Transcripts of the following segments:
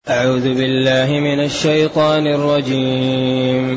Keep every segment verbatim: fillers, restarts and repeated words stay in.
أعوذ بالله من الشيطان الرجيم.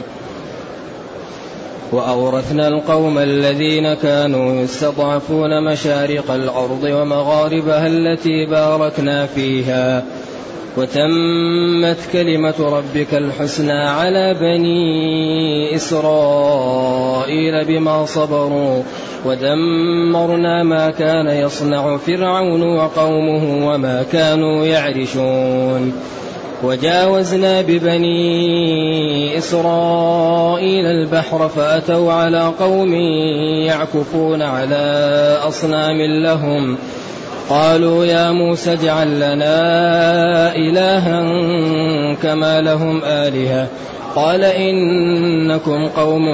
وأورثنا القوم الذين كانوا يستضعفون مشارق الأرض ومغاربها التي باركنا فيها وتمت كلمة ربك الحسنى على بني إسرائيل بما صبروا ودمرنا ما كان يصنع فرعون وقومه وما كانوا يعرشون. وجاوزنا ببني إسرائيل البحر فأتوا على قوم يعكفون على أصنام لهم قالوا يا موسى اجعل لنا إلها كما لهم آلهة قال إنكم قوم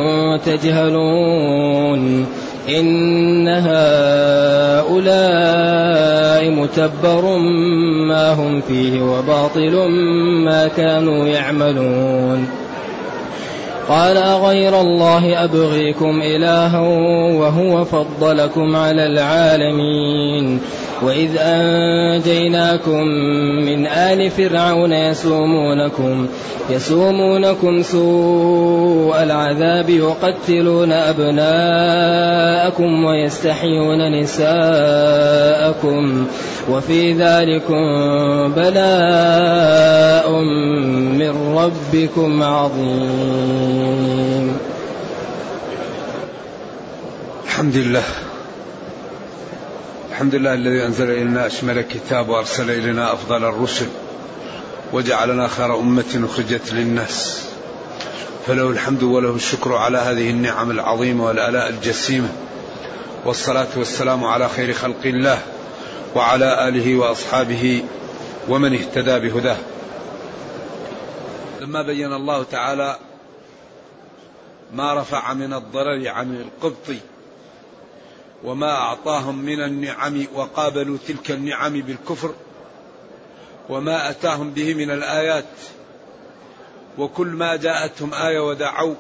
تجهلون إن هؤلاء متبر ما هم فيه وباطل ما كانوا يعملون. قال أغير الله أبغيكم إلها وهو فضلكم على العالمين وإذ أنجيناكم من آل فرعون يسومونكم, يسومونكم سوء العذاب يقتلون أبناءكم ويستحيون نساءكم وفي ذلكم بلاء من ربكم عظيم. الحمد لله الحمد لله الذي أنزل إلينا أشمل الكتاب وأرسل إلينا أفضل الرسل وجعلنا خير أمة أخرجت للناس فله الحمد وله الشكر على هذه النعم العظيمة والآلاء الجسيمة والصلاة والسلام على خير خلق الله وعلى آله وأصحابه ومن اهتدى بهداه. لما بين الله تعالى ما رفع من الضرر عن القبط وما أعطاهم من النعم وقابلوا تلك النعم بالكفر وما أتاهم به من الآيات وكل ما جاءتهم آية ودعوا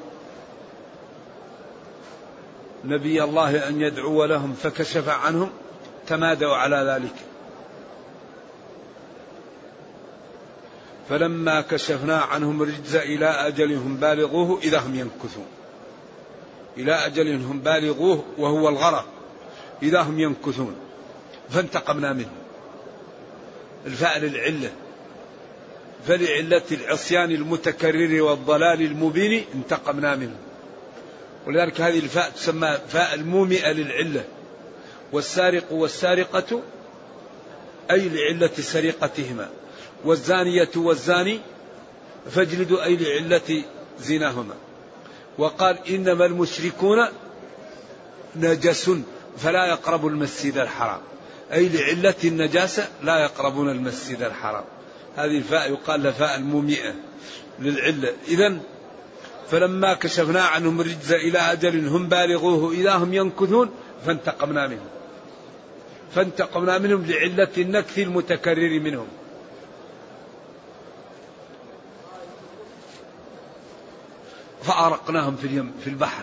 نبي الله أن يدعو لهم فكشف عنهم تمادوا على ذلك. فلما كشفنا عنهم الرجز إلى أجل هم بالغوه إذا هم ينكثون. إلى أجل هم بالغوه وهو الغرق إذا هم ينكثون فانتقمنا منهم. الفاء للعلة فلعلة العصيان المتكرر والضلال المبين انتقمنا منهم. ولذلك هذه الفاء تسمى فاء المومئة للعلة. والسارق والسارقة أي لعلة سرقتهما والزانية والزاني فاجلدوا أي لعلة زناهما. وقال إنما المشركون نجس فلا يقربوا المسجد الحرام أي لعلة النجاسة لا يقربون المسجد الحرام. هذه الفاء يقال لها فاء المومئة للعلة. إذن فلما كشفنا عنهم الرجز إلى أجل هم بالغوه إذا هم ينكثون فانتقمنا منهم فانتقمنا منهم لعلة النكث المتكرر منهم. فأرقناهم في اليم في البحر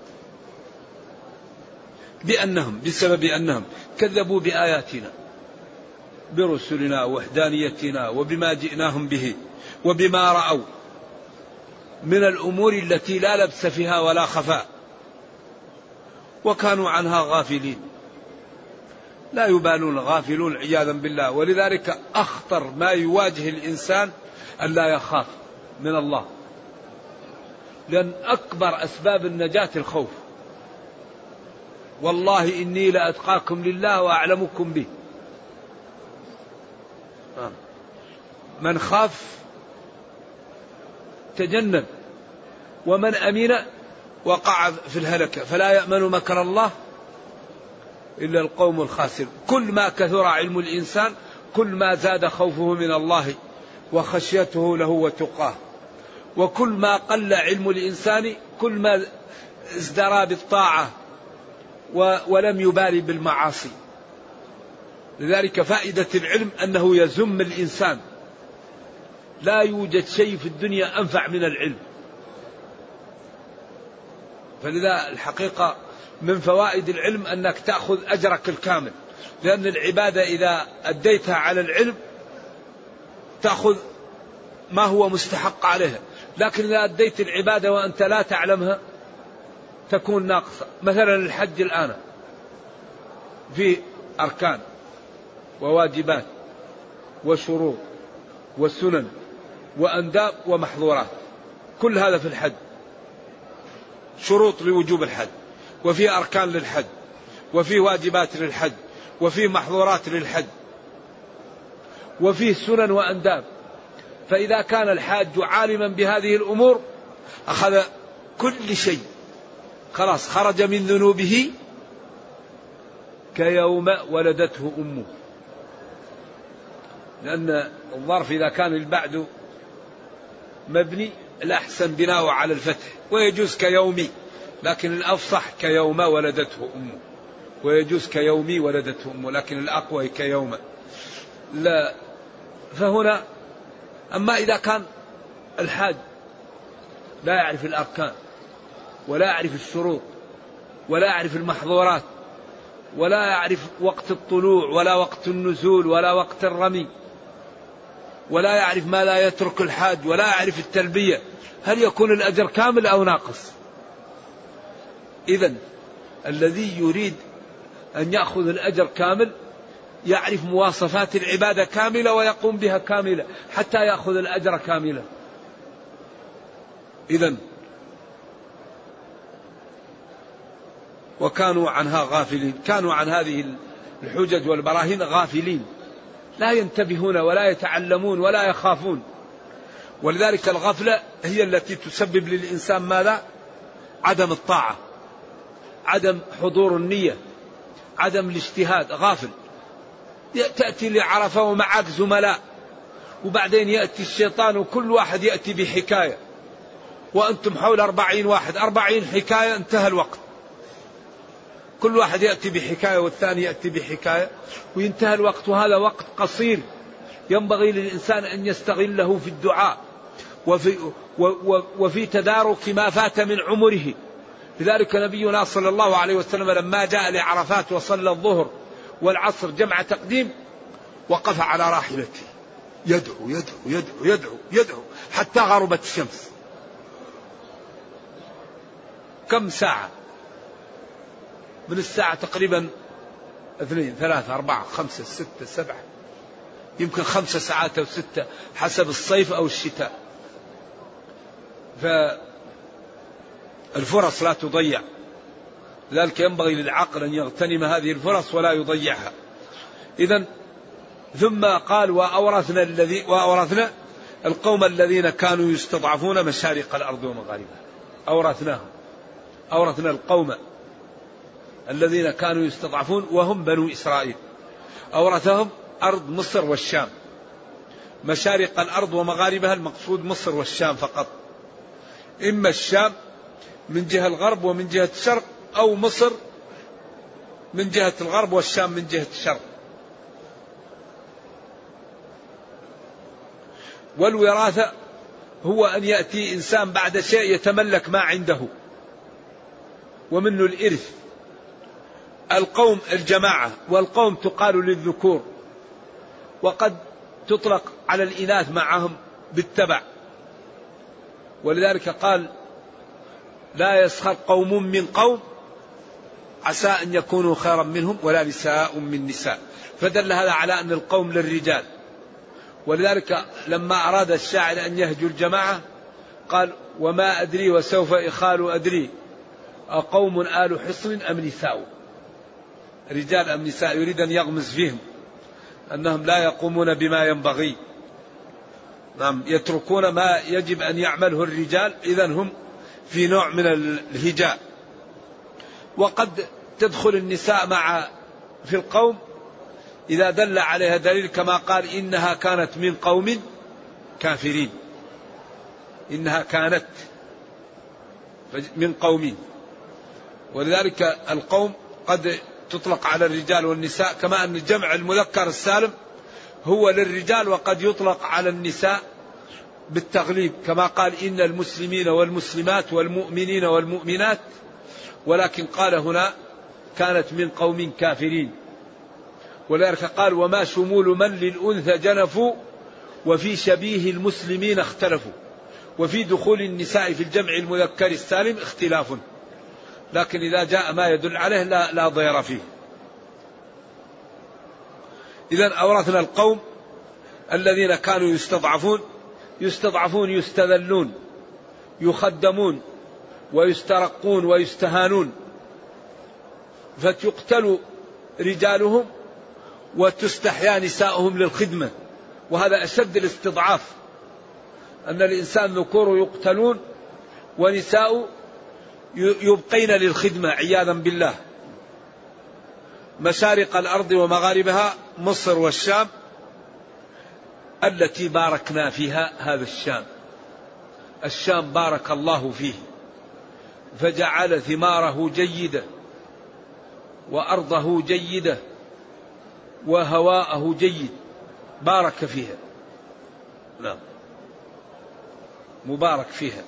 بأنهم بسبب أنهم كذبوا بآياتنا برسلنا ووحدانيتنا وبما جئناهم به وبما رأوا من الأمور التي لا لبس فيها ولا خفاء وكانوا عنها غافلين. لا يبالون غافلون عياذا بالله. ولذلك أخطر ما يواجه الإنسان أن لا يخاف من الله لأن أكبر أسباب النجاة الخوف. والله إني لأتقاكم لله وأعلمكم به. من خاف تجنب ومن أمن وقع في الهلكة. فلا يأمن مكر الله إلا القوم الخاسر. كل ما كثر علم الإنسان كل ما زاد خوفه من الله وخشيته له وتقاه. وكل ما قل علم الإنسان كل ما ازدرى بالطاعة ولم يبالي بالمعاصي. لذلك فائدة العلم أنه يزم الإنسان. لا يوجد شيء في الدنيا أنفع من العلم. فلذا الحقيقة من فوائد العلم أنك تأخذ أجرك الكامل. لأن العبادة إذا أديتها على العلم تأخذ ما هو مستحق عليها، لكن إذا أديت العبادة وأنت لا تعلمها تكون ناقصة. مثلا الحج الآن في أركان وواجبات وشروط وسنن وأنداب ومحظورات، كل هذا في الحج. شروط لوجوب الحج، وفي أركان للحج، وفي واجبات للحج، وفي محظورات للحج، وفيه سنن وأنداب. فإذا كان الحاج عالما بهذه الأمور أخذ كل شيء، خلاص خرج من ذنوبه كيوم ولدته أمه. لأن الظرف إذا كان البعد مبني الأحسن بناءه على الفتح، ويجوز كيومي، لكن الأفصح كيوم ولدته أمه، ويجوز كيومي ولدته أمه، لكن الأقوى كيوم. لا، فهنا أما إذا كان الحاج لا يعرف الأركان ولا يعرف الشروط ولا يعرف المحظورات ولا يعرف وقت الطلوع ولا وقت النزول ولا وقت الرمي ولا يعرف ما لا يترك الحاج ولا يعرف التلبية، هل يكون الأجر كامل أو ناقص؟ إذن الذي يريد أن يأخذ الأجر كامل يعرف مواصفات العبادة كاملة ويقوم بها كاملة حتى يأخذ الأجر كاملا. إذن وكانوا عنها غافلين، كانوا عن هذه الحجج والبراهين غافلين، لا ينتبهون ولا يتعلمون ولا يخافون. ولذلك الغفلة هي التي تسبب للإنسان ماذا؟ عدم الطاعة، عدم حضور النية، عدم الاجتهاد. غافل، تأتي لعرفة ومعك زملاء، وبعدين يأتي الشيطان وكل واحد يأتي بحكاية، وأنتم حول أربعين واحد، أربعين حكاية، انتهى الوقت. كل واحد يأتي بحكاية والثاني يأتي بحكاية وينتهى الوقت، وهذا وقت قصير ينبغي للإنسان أن يستغله في الدعاء وفي, وفي تدارك ما فات من عمره. لذلك نبينا صلى الله عليه وسلم لما جاء لعرفات وصلى الظهر والعصر جمع تقديم وقف على راحلته يدعو يدعو يدعو يدعو يدعو حتى غربت الشمس. كم ساعة؟ من الساعة تقريبا اثنين ثلاثة أربعة خمسة ستة سبعة، يمكن خمسة ساعات أو ستة حسب الصيف أو الشتاء. فالفرص لا تضيع، لذلك ينبغي للعقل أن يغتنم هذه الفرص ولا يضيعها. إذن ثم قال وأورثنا الذي وأورثنا القوم الذين كانوا يستضعفون مشارق الأرض ومغاربها. أورثناهم، أورثنا القوم الذين كانوا يستضعفون وهم بنو إسرائيل، أورثهم أرض مصر والشام. مشارق الأرض ومغاربها المقصود مصر والشام فقط، إما الشام من جهة الغرب ومن جهة الشرق، أو مصر من جهة الغرب والشام من جهة الشرق. والوراثة هو أن يأتي إنسان بعد شيء يتملك ما عنده، ومنه الإرث. القوم الجماعة، والقوم تقال للذكور، وقد تطلق على الإناث معهم بالتبع. ولذلك قال لا يسخر قوم من قوم عسى أن يكونوا خيرا منهم ولا نساء من نساء، فدل هذا على أن القوم للرجال. ولذلك لما أراد الشاعر أن يهجو الجماعة قال وما أدري وسوف إخال أدري أقوم آل حصن أم نساء، رجال أم نساء، يريد أن يغمز فيهم أنهم لا يقومون بما ينبغي، نعم يتركون ما يجب أن يعمله الرجال، إذن هم في نوع من الهجاء. وقد تدخل النساء مع في القوم إذا دل عليها دليل، كما قال إنها كانت من قوم كافرين، إنها كانت من قوم. ولذلك القوم قد تطلق على الرجال والنساء، كما أن الجمع المذكر السالم هو للرجال وقد يطلق على النساء بالتغليب، كما قال إن المسلمين والمسلمات والمؤمنين والمؤمنات، ولكن قال هنا كانت من قوم كافرين. ولذلك قال وما شمول من للأنثى جنفوا وفي شبيه المسلمين اختلفوا، وفي دخول النساء في الجمع المذكر السالم اختلاف، لكن إذا جاء ما يدل عليه لا, لا ضير فيه. إذن أورثنا القوم الذين كانوا يستضعفون يستضعفون يستذلون يخدمون ويسترقون ويستهانون، فتقتل رجالهم وتستحيا نساؤهم للخدمة، وهذا أشد الاستضعاف، أن الإنسان ذكور يقتلون ونساء يبقين للخدمة عياذا بالله. مشارق الأرض ومغاربها مصر والشام التي باركنا فيها، هذا الشام الشام بارك الله فيه فجعل ثماره جيدة وأرضه جيدة وهواءه جيد، بارك فيها. نعم مبارك فيها.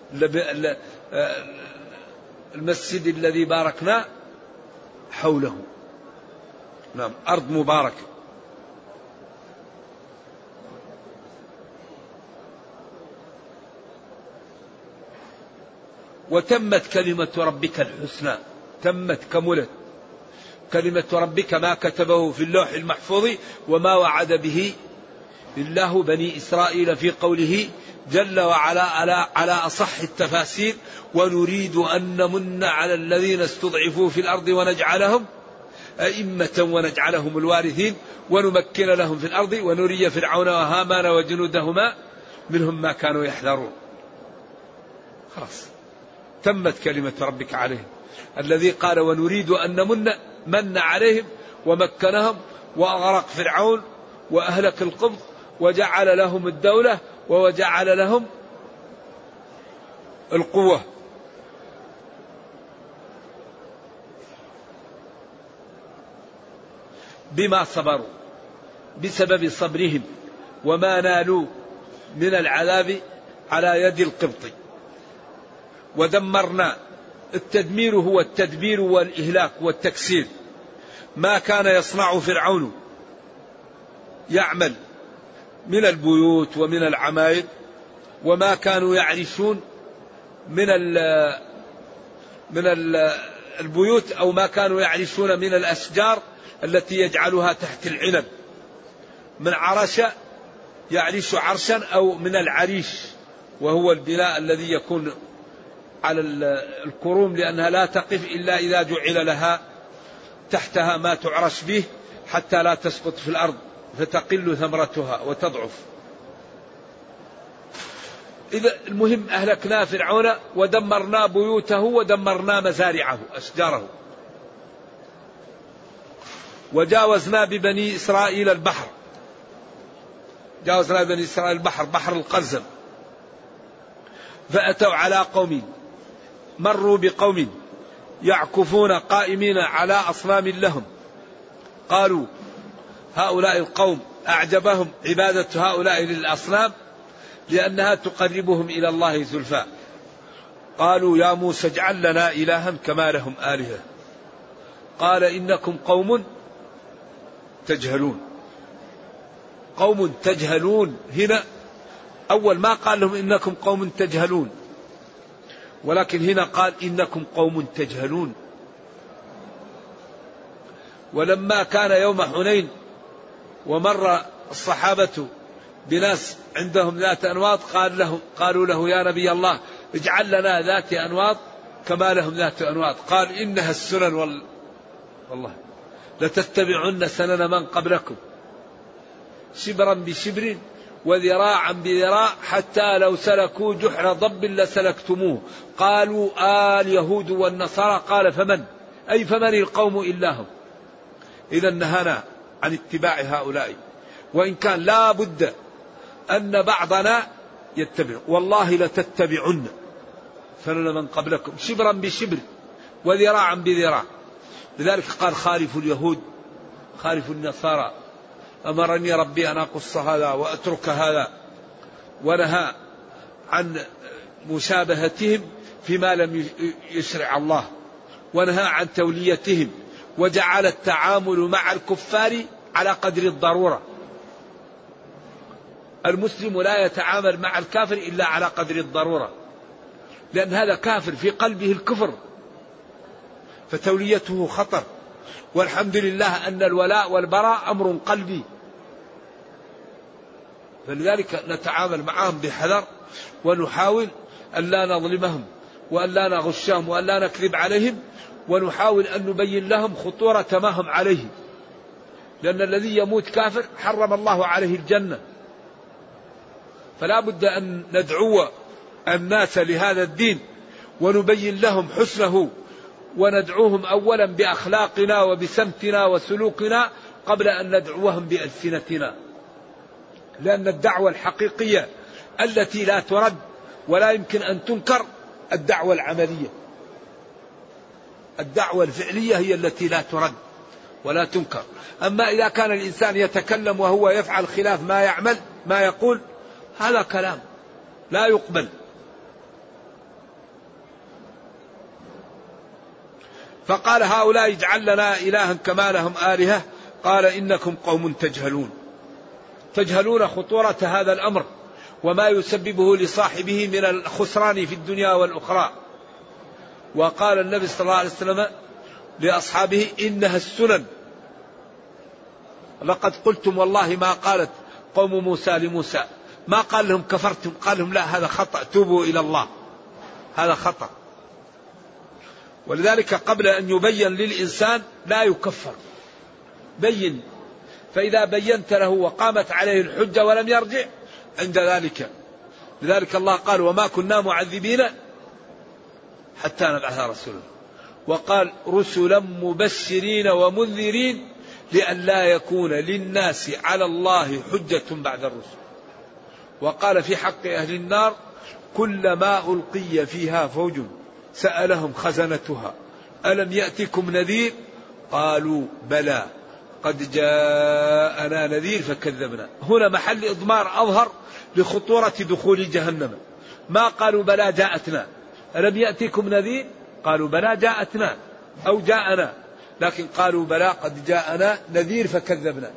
المسجد الذي باركنا حوله، نعم أرض مباركة. وتمت كلمة ربك الحسنى، تمت كملت كلمة ربك ما كتبه في اللوح المحفوظ وما وعد به الله بني إسرائيل في قوله جل وعلا على, على أصح التفاسير: ونريد أن نمن على الذين استضعفوا في الأرض ونجعلهم أئمة ونجعلهم الوارثين ونمكن لهم في الأرض ونري فرعون وهامان وجنودهما منهم ما كانوا يحذرون. خلاص تمت كلمة ربك عليهم، الذي قال ونريد أن نمن من عليهم ومكنهم وأغرق فرعون وأهلك القبط وجعل لهم الدولة وجعل لهم القوة. بما صبروا، بسبب صبرهم وما نالوا من العذاب على يد القبط. ودمرنا، التدمير هو التدبير والإهلاك والتكسير. ما كان يصنع فرعون يعمل من البيوت ومن العماير، وما كانوا يعرشون من ال من ال البيوت أو ما كانوا يعرشون من الأشجار التي يجعلها تحت العنب. من عرش يعرش عرشا أو من العريش، وهو البناء الذي يكون على الكروم لأنها لا تقف إلا إذا جعل لها تحتها ما تعرش به حتى لا تسقط في الأرض فتقل ثمرتها وتضعف. إذا المهم أهلكنا فرعون ودمرنا بيوته ودمرنا مزارعه أشجاره. وجاوزنا ببني إسرائيل البحر، جاوزنا ببني إسرائيل البحر بحر القزم، فأتوا على قوم، مروا بقوم يعكفون قائمين على أصنام لهم، قالوا هؤلاء القوم أعجبهم عبادة هؤلاء للأصنام لأنها تقربهم إلى الله زلفى. قالوا يا موسى اجعل لنا إلها كما لهم آلهة. قال إنكم قوم تجهلون. قوم تجهلون هنا أول ما قال لهم إنكم قوم تجهلون، ولكن هنا قال إنكم قوم تجهلون. ولما كان يوم حنين ومر الصحابة بناس عندهم ذات أنواط قال له قالوا له يا نبي الله اجعل لنا ذات أنواط كما لهم ذات أنواط. قال إنها السنن وال... والله لتتبعن سنن من قبلكم شبرا بشبر وذراعا بذراع حتى لو سلكوا جحر ضب لسلكتموه. قالوا آل يهود والنصارى. قال فمن أي فمن القوم إلا هم. إذا نهانا عن اتباع هؤلاء، وإن كان لا بد أن بعضنا يتبع. والله لتتبعن سنن من قبلكم شبرا بشبر وذراعا بذراع. لذلك قال خالفوا اليهود خالفوا النصارى. أمرني ربي أن أقص هذا وأترك هذا، ونهى عن مشابهتهم فيما لم يشرع الله، ونهى عن توليتهم، وجعل التعامل مع الكفار على قدر الضرورة. المسلم لا يتعامل مع الكافر إلا على قدر الضرورة، لأن هذا كافر في قلبه الكفر، فتوليته خطر. والحمد لله أن الولاء والبراء أمر قلبي، فلذلك نتعامل معهم بحذر، ونحاول أن لا نظلمهم وأن لا نغشهم وأن لا نكذب عليهم، ونحاول أن نبين لهم خطورة ما هم عليه، لأن الذي يموت كافر حرم الله عليه الجنة. فلا بد أن ندعو الناس لهذا الدين ونبين لهم حسنه، وندعوهم أولا بأخلاقنا وبسمتنا وسلوكنا قبل أن ندعوهم بألسنتنا، لأن الدعوة الحقيقية التي لا ترد ولا يمكن أن تنكر الدعوة العملية. الدعوة الفعلية هي التي لا ترد ولا تنكر. أما إذا كان الإنسان يتكلم وهو يفعل خلاف ما يعمل ما يقول، هذا كلام لا يقبل. فقال هؤلاء اجعل لنا إلها كما لهم آلهة، قال إنكم قوم تجهلون. تجهلون خطورة هذا الأمر وما يسببه لصاحبه من الخسران في الدنيا والأخرى. وقال النبي صلى الله عليه وسلم لأصحابه إنها السنن، لقد قلتم والله ما قالت قوم موسى لموسى، ما قال لهم كفرتم، قال لهم لا هذا خطأ، توبوا إلى الله، هذا خطأ. ولذلك قبل أن يبين للإنسان لا يكفر، بين، فإذا بينت له وقامت عليه الحجة ولم يرجع عند ذلك. لذلك الله قال وما كنا معذبين حتى نبعث رسولا، وقال رسلا مبشرين ومنذرين لئلا يكون للناس على الله حجة بعد الرسل. وقال في حق أهل النار كلما ألقي فيها فوج سألهم خزنتها ألم يأتكم نذير قالوا بلى قد جاءنا نذير فكذبنا. هنا محل إضمار أظهر لخطورة دخول جهنم. ما قالوا بلى جاءتنا، ألم يأتكم نذير قالوا بلى جاءتنا أو جاءنا، لكن قالوا بلى قد جاءنا نذير فكذبنا.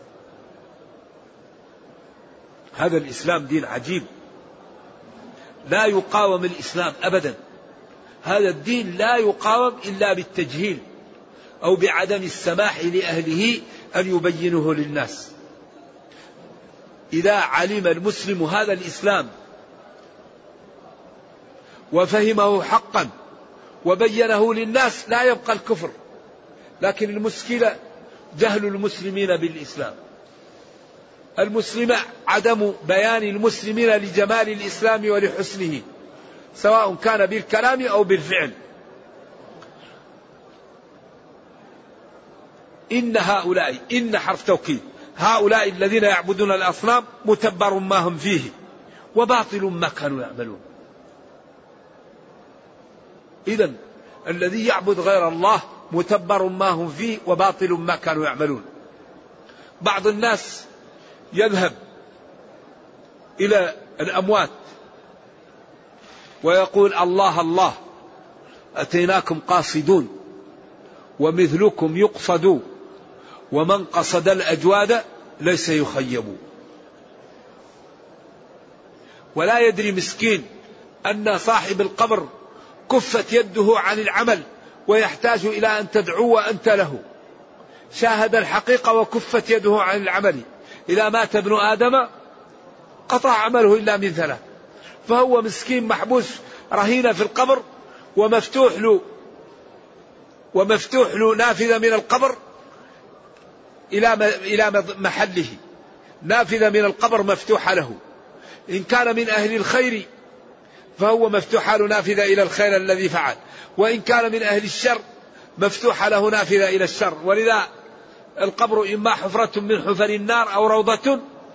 هذا الإسلام دين عجيب، لا يقاوم الإسلام أبدا. هذا الدين لا يقاوم إلا بالتجهيل أو بعدم السماح لأهله أن يبينوه للناس. إذا علم المسلم هذا الإسلام وفهمه حقا وبينه للناس لا يبقى الكفر. لكن المشكلة جهل المسلمين بالإسلام، المسلم عدم بيان المسلمين لجمال الإسلام ولحسنه، سواء كان بالكلام أو بالفعل. إن هؤلاء، إن حرف توكيد، هؤلاء الذين يعبدون الأصنام متبر ما هم فيه وباطل ما كانوا يعملون. إذن الذي يعبد غير الله متبر ما هم فيه وباطل ما كانوا يعملون. بعض الناس يذهب إلى الأموات ويقول الله الله أتيناكم قاصدون ومثلكم يقصد ومن قصد الأجواد ليس يخيب. ولا يدري مسكين أن صاحب القبر كفت يده عن العمل ويحتاج إلى أن تدعو أنت له. شاهد الحقيقة وكفت يده عن العمل. إذا مات ابن آدم قطع عمله إلا من ثلاث. فهو مسكين محبوس رهين في القبر ومفتوح له ومفتوح له نافذة من القبر إلى إلى محله، نافذة من القبر مفتوحة له. إن كان من أهل الخير فهو مفتوح له نافذة إلى الخير الذي فعل، وإن كان من أهل الشر مفتوح له نافذة إلى الشر. ولذا القبر إما حفرة من حفر النار أو روضة.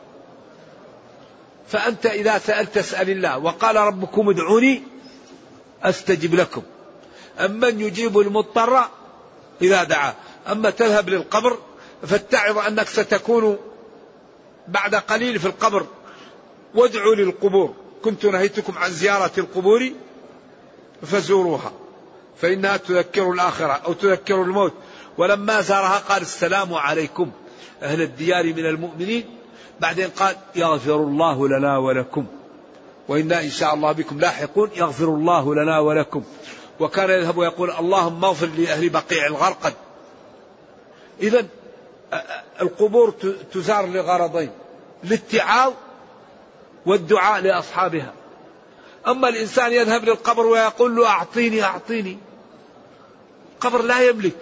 فأنت إذا سألت اسأل الله، وقال ربكم ادعوني أستجب لكم. أمن يجيب المضطر إذا دعاه. أما تذهب للقبر فاتعظ أنك ستكون بعد قليل في القبر. وادعوا للقبور، كنت نهيتكم عن زيارة القبور فزوروها فإنها تذكر الآخرة أو تذكر الموت. ولما زارها قال السلام عليكم أهل الديار من المؤمنين بعدين قال يغفر الله لنا ولكم وإنا إن شاء الله بكم لاحقون، يغفر الله لنا ولكم. وكان يذهب ويقول اللهم اغفر لأهل بقيع الغرقد. إذن القبور تزار لغرضين، للاتعاظ والدعاء لأصحابها. أما الإنسان يذهب للقبر ويقول له أعطيني أعطيني، قبر لا يملك.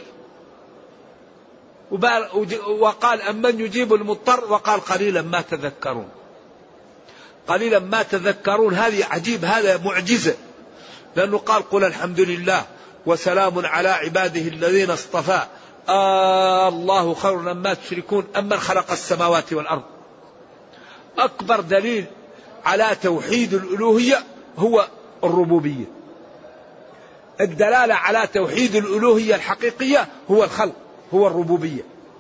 وقال أمن يجيب المضطر، وقال قليلا ما تذكرون. قليلا ما تذكرون هذه عجيب، هذا معجزة، لأنه قال قل الحمد لله وسلام على عباده الذين اصطفى آه الله خير مما تشركون أمن خلق السماوات والأرض. أكبر دليل على توحيد الألوهية هو الربوبية. الدلالة على توحيد الألوهية الحقيقية هو الخلق، هو الربوبية.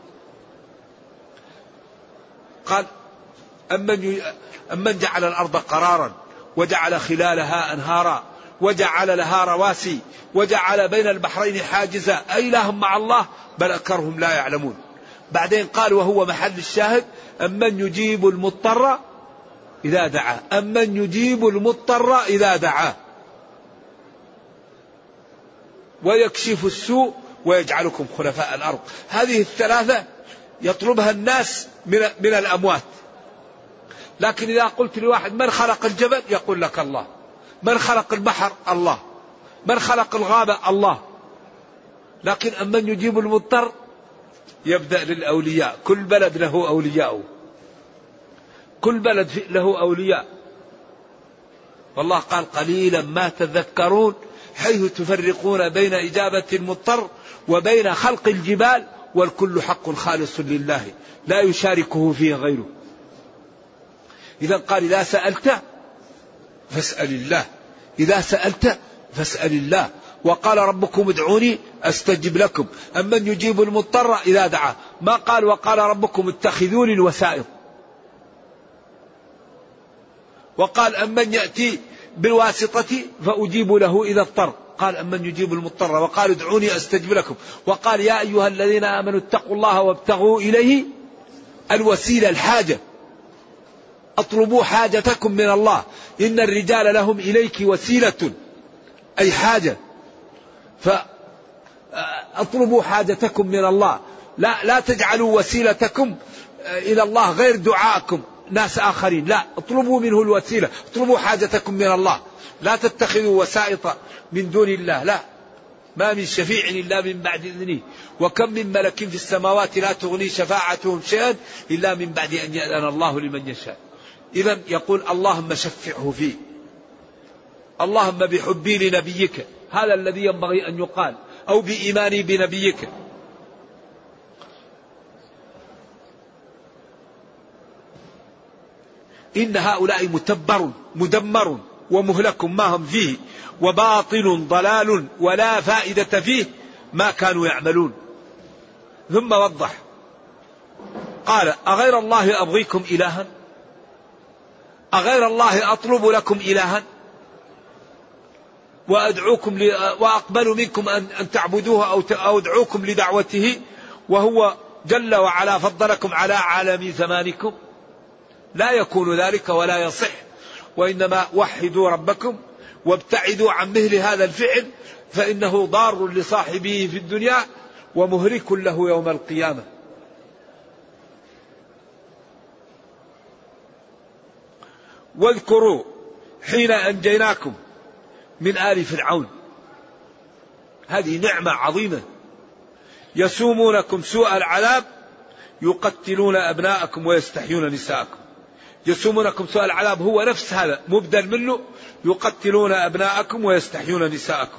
قال أمن, أمن جعل الأرض قرارا وجعل خلالها أنهارا وجعل لها رواسي وجعل بين البحرين حاجزا أإله مع الله بل أكثرهم لا يعلمون. بعدين قال وهو محل الشاهد أمن يجيب المضطر إذا دعاه، أمن يجيب المضطر إذا دعاه ويكشف السوء ويجعلكم خلفاء الأرض. هذه الثلاثة يطلبها الناس من, من الأموات. لكن إذا قلت لواحد من خلق الجبل يقول لك الله، من خلق البحر الله، من خلق الغابة الله. لكن أمن يجيب المضطر يبدأ للأولياء، كل بلد له أولياء، كل بلد له أولياء. والله قال قليلا ما تذكرون، حيث تفرقون بين إجابة المضطر وبين خلق الجبال، والكل حق خالص لله لا يشاركه فيه غيره. إذا قال إذا سألت فاسأل الله، إذا سألت فاسأل الله. وقال ربكم ادعوني أستجب لكم، أمن يجيب المضطر إذا دعاه. ما قال وقال ربكم اتخذوني الوسائط. وقال أمن يأتي بالواسطة فأجيب له إذا اضطر، قال أمن يجيب المضطر. وقال ادعوني أستجب لكم. وقال يا أيها الذين آمنوا اتقوا الله وابتغوا إليه الوسيلة، الحاجة، اطلبوا حاجتكم من الله إن الرجال لهم إليك وسيلة، أي حاجة، فاطلبوا حاجتكم من الله. لا, لا تجعلوا وسيلتكم إلى الله غير دعائكم ناس آخرين، لا، اطلبوا منه الوسيلة، اطلبوا حاجتكم من الله، لا تتخذوا وسائط من دون الله. لا، ما من شفيع إلا من بعد إذنه، وكم من ملك في السماوات لا تغني شفاعتهم شيئا إلا من بعد أن يأذن الله لمن يشاء. إذن يقول اللهم شفعه فيه، اللهم بحبي لنبيك، هذا الذي ينبغي أن يقال، أو بإيماني بنبيك. إن هؤلاء متبر مدمر ومهلك ما هم فيه وباطل ضلال ولا فائدة فيه ما كانوا يعملون. ثم وضح قال أغير الله أبغيكم إلها، أغير الله أطلب لكم إلها وأدعوكم ل... وأقبل منكم أن, أن تعبدوه أو, ت... أو أدعوكم لدعوته، وهو جل وعلا فضلكم على عالم زمانكم. لا يكون ذلك ولا يصح، وإنما وحدوا ربكم وابتعدوا عن مثل هذا الفعل، فإنه ضار لصاحبه في الدنيا ومهلك له يوم القيامة. واذكروا حين أنجيناكم من آل فرعون، هذه نعمة عظيمة. يسومونكم سوء العذاب يقتلون أبناءكم ويستحيون نساءكم. يسومونكم سوء العذاب هو نفس هذا مبدل منه، يقتلون أبناءكم ويستحيون نساءكم.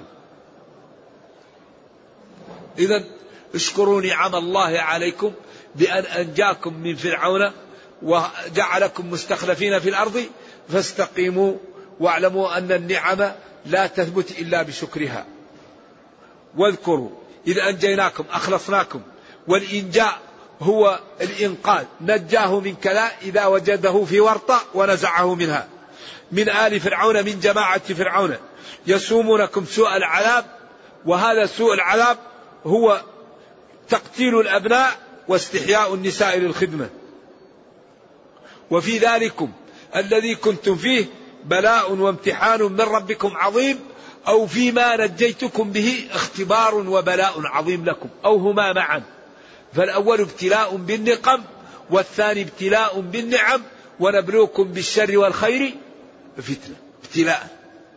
إذن اشكروا نعم الله عليكم بأن أنجاكم من فرعون وجعلكم مستخلفين في الأرض، فاستقيموا واعلموا أن النعم لا تثبت إلا بشكرها. واذكروا إذ أنجيناكم أخلصناكم، والإنجاء هو الإنقاذ، نجاه من كلا إذا وجده في ورطة ونزعه منها، من آل فرعون من جماعة فرعون. يسومونكم سوء العذاب، وهذا سوء العذاب هو تقتيل الأبناء واستحياء النساء للخدمة. وفي ذلكم الذي كنتم فيه بلاء وامتحان من ربكم عظيم، أو فيما نجيتكم به اختبار وبلاء عظيم لكم، أو هما معا. فالأول ابتلاء بالنقم، والثاني ابتلاء بالنعم، ونبلوكم بالشر والخير فتنة، ابتلاء.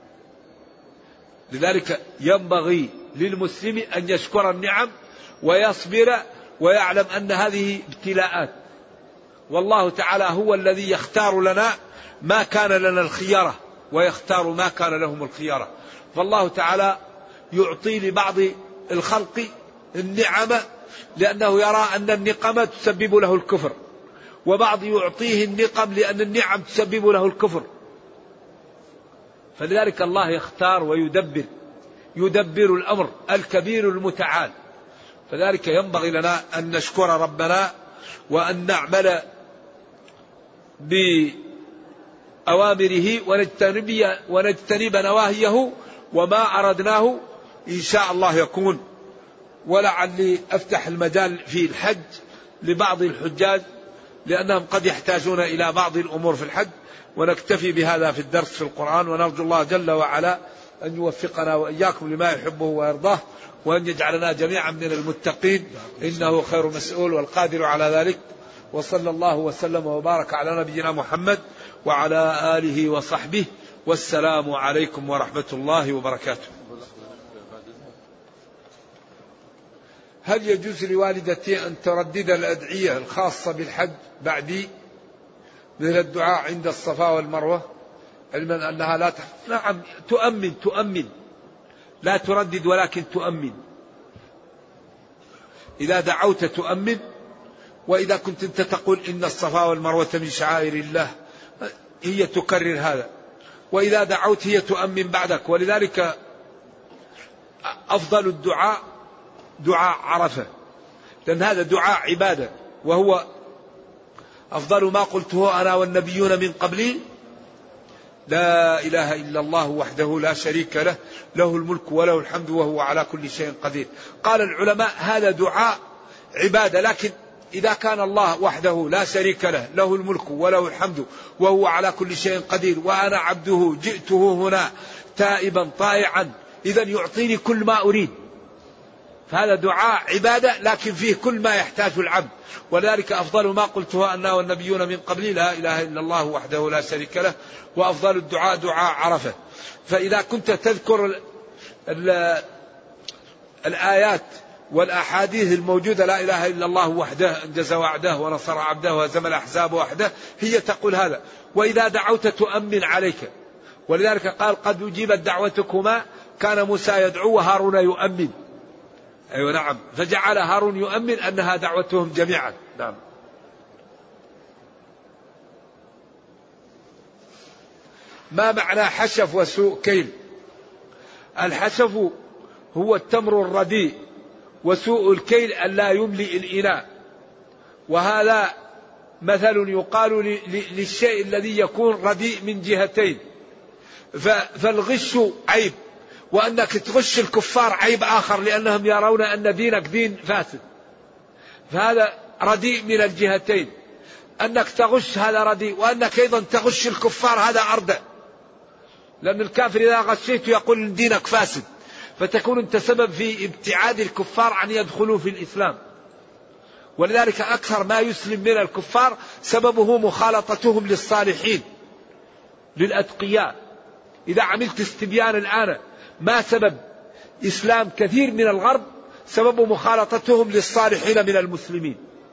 لذلك ينبغي للمسلم أن يشكر النعم ويصبر ويعلم أن هذه ابتلاءات، والله تعالى هو الذي يختار لنا ما كان لنا الخيارة ويختار ما كان لهم الخيارة. فالله تعالى يعطي لبعض الخلق النعمة لأنه يرى أن النقمة تسبب له الكفر، وبعض يعطيه النقم لأن النعم تسبب له الكفر. فلذلك الله يختار ويدبر، يدبر الأمر الكبير المتعال. فذلك ينبغي لنا أن نشكر ربنا وأن نعمل بأوامره ونجتنب, ونجتنب نواهيه، وما أردناه إن شاء الله يكون. ولعلي أفتح المجال في الحج لبعض الحجاج لأنهم قد يحتاجون إلى بعض الأمور في الحج، ونكتفي بهذا في الدرس في القرآن، ونرجو الله جل وعلا أن يوفقنا وإياكم لما يحبه ويرضاه، وأن يجعلنا جميعا من المتقين، إنه خير مسؤول والقادر على ذلك. وصلى الله وسلم وبارك على نبينا محمد وعلى آله وصحبه، والسلام عليكم ورحمة الله وبركاته. هل يجوز لوالدتي أن تردد الأدعية الخاصة بالحج بعدي مثل الدعاء عند الصفا والمروة، علما أنها لا تح... نعم تؤمن تؤمن لا تردد ولكن تؤمن. إذا دعوت تؤمن، وإذا كنت أنت تقول إن الصفا والمروة من شعائر الله هي تكرر هذا، وإذا دعوت هي تؤمن بعدك. ولذلك أفضل الدعاء دعاء عرفة، لأن هذا دعاء عبادة، وهو أفضل ما قلته أنا والنبيون من قبلي لا إله إلا الله وحده لا شريك له، له الملك وله الحمد وهو على كل شيء قدير. قال العلماء هذا دعاء عبادة، لكن إذا كان الله وحده لا شريك له، له الملك وله الحمد وهو على كل شيء قدير، وأنا عبده جئته هنا تائبا طائعا، إذا يعطيني كل ما أريد. فهذا دعاء عبادة لكن فيه كل ما يحتاج العبد. ولذلك أفضل ما قلته أنا والنبيون من قبلي لا إله إلا الله وحده لا شريك له، وأفضل الدعاء دعاء عرفة. فإذا كنت تذكر ال ال الآيات والأحاديث الموجودة لا إله إلا الله وحده أنجز وعده ونصر عبده وهزم الأحزاب وحده، هي تقول هذا. وإذا دعوت تؤمن عليك، ولذلك قال قد أجيبت دعوتكما، كان موسى يدعو وهارون يؤمن. أيوة نعم، فجعل هارون يؤمن أنها دعوتهم جميعا. نعم. ما معنى حشف وسوء كيل؟ الحشف هو التمر الرديء، وسوء الكيل ألا يملئ الإناء. وهذا مثل يقال للشيء الذي يكون رديء من جهتين. فالغش عيب، وأنك تغش الكفار عيب آخر، لأنهم يرون أن دينك دين فاسد. فهذا رديء من الجهتين، أنك تغش هذا رديء، وأنك أيضا تغش الكفار هذا أردى، لأن الكافر إذا غشيت يقول إن دينك فاسد، فتكون أنت سبب في ابتعاد الكفار عن يدخلوا في الإسلام. ولذلك أكثر ما يسلم من الكفار سببه مخالطتهم للصالحين للأتقياء. إذا عملت استبيان الآن ما سبب إسلام كثير من الغرب، سبب مخالطتهم للصالحين من المسلمين.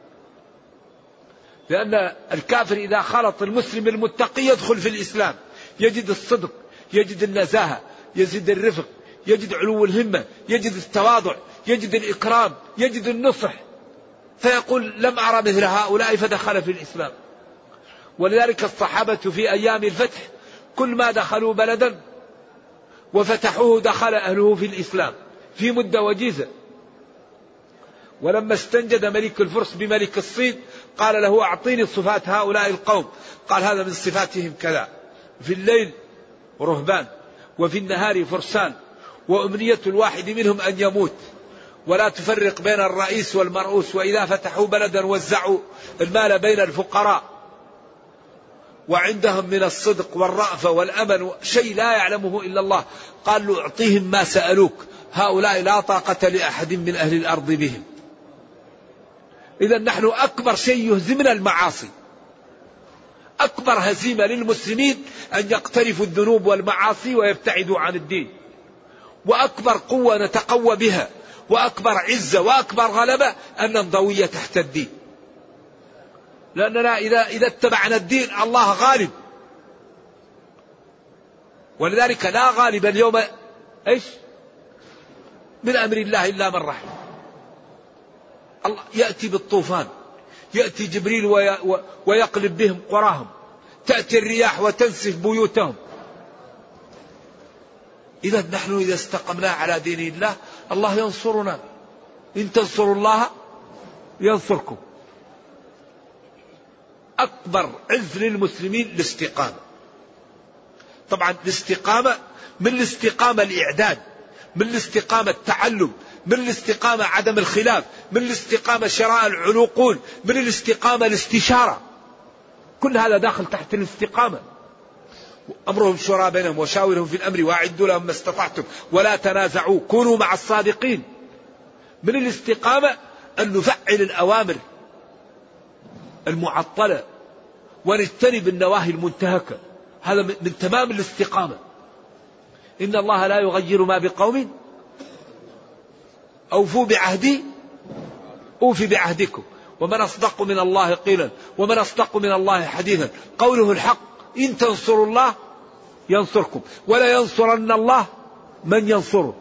لأن الكافر إذا خلط المسلم المتقي يدخل في الإسلام، يجد الصدق، يجد النزاهة، يجد الرفق، يجد علو الهمة، يجد التواضع، يجد الإكرام، يجد النصح، فيقول لم أرى مثل هؤلاء، فدخل في الإسلام. ولذلك الصحابة في أيام الفتح كل ما دخلوا بلدا وفتحوه دخل أهله في الإسلام في مدة وجيزة. ولما استنجد ملك الفرس بملك الصين قال له أعطيني صفات هؤلاء القوم، قال هذا من صفاتهم كذا: في الليل رهبان، وفي النهار فرسان، وأمنية الواحد منهم أن يموت، ولا تفرق بين الرئيس والمرؤوس، وإذا فتحوا بلدا وزعوا المال بين الفقراء. وعندهم من الصدق والرأفة والأمن شيء لا يعلمه إلا الله. قال له اعطيهم ما سألوك، هؤلاء لا طاقة لأحد من أهل الأرض بهم. إذا نحن أكبر شيء يهزمنا المعاصي، أكبر هزيمة للمسلمين أن يقترفوا الذنوب والمعاصي ويبتعدوا عن الدين، وأكبر قوة نتقوى بها وأكبر عزة وأكبر غلبة أن ننضوي تحت الدين. لأننا إذا إذا اتبعنا الدين الله غالب، ولذلك لا غالب اليوم إيش من أمر الله إلا من رحم. الله يأتي بالطوفان، يأتي جبريل ويقلب بهم قراهم، تأتي الرياح وتنسف بيوتهم. إذا نحن إذا استقمنا على دين الله الله ينصرنا، إن تنصروا الله ينصركم. أكبر عز للمسلمين الاستقامة. طبعا الاستقامة من الاستقامة الإعداد، من الاستقامة التعلم، من الاستقامة عدم الخلاف، من الاستقامة شراء العقول، من الاستقامة الاستشارة، كل هذا داخل تحت الاستقامة. أمرهم شورى بينهم وشاورهم في الأمر وأعدوا لهم ما استطعتم ولا تنازعوا كونوا مع الصادقين. من الاستقامة أن نفعل الأوامر المعطلة ونجتنب النواهي المنتهكة، هذا من تمام الاستقامة. إن الله لا يغير ما بقوم أوفوا بعهدي أوفي بعهدكم ومن أصدق من الله قيلا ومن أصدق من الله حديثا. قوله الحق، إن تنصروا الله ينصركم ولا ينصرن الله من ينصره.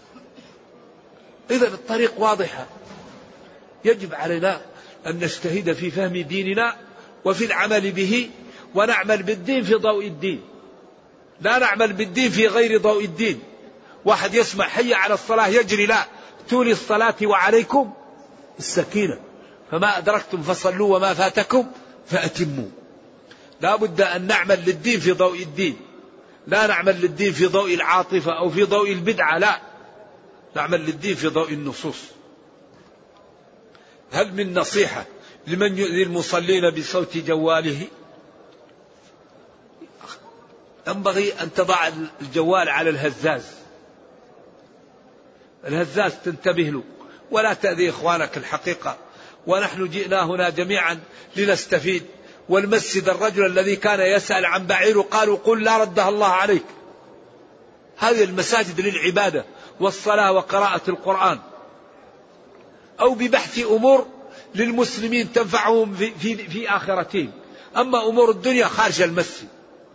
إذا الطريق واضحة، يجب علينا أن نجتهد في فهم ديننا وفي العمل به، ونعمل بالدين في ضوء الدين، لا نعمل بالدين في غير ضوء الدين. واحد يسمع حي على الصلاة يجري، لا، تولي الصلاة وعليكم السكينة، فما أدركتم فصلوا وما فاتكم فأتموا. لا بد أن نعمل للدين في ضوء الدين، لا نعمل للدين في ضوء العاطفة أو في ضوء البدعة، لا، نعمل للدين في ضوء النصوص. هل من نصيحة لمن يؤذي المصلين بصوت جواله؟ ينبغي أن تضع الجوال على الهزاز، الهزاز تنتبه له ولا تأذي إخوانك الحقيقة. ونحن جئنا هنا جميعا لنستفيد. والمسجد الرجل الذي كان يسأل عن بعير قالوا قل لا ردها الله عليك. هذه المساجد للعبادة والصلاة وقراءة القرآن، أو ببحث أمور للمسلمين تنفعهم في, في, في آخرتهم. أما أمور الدنيا خارج المسجد.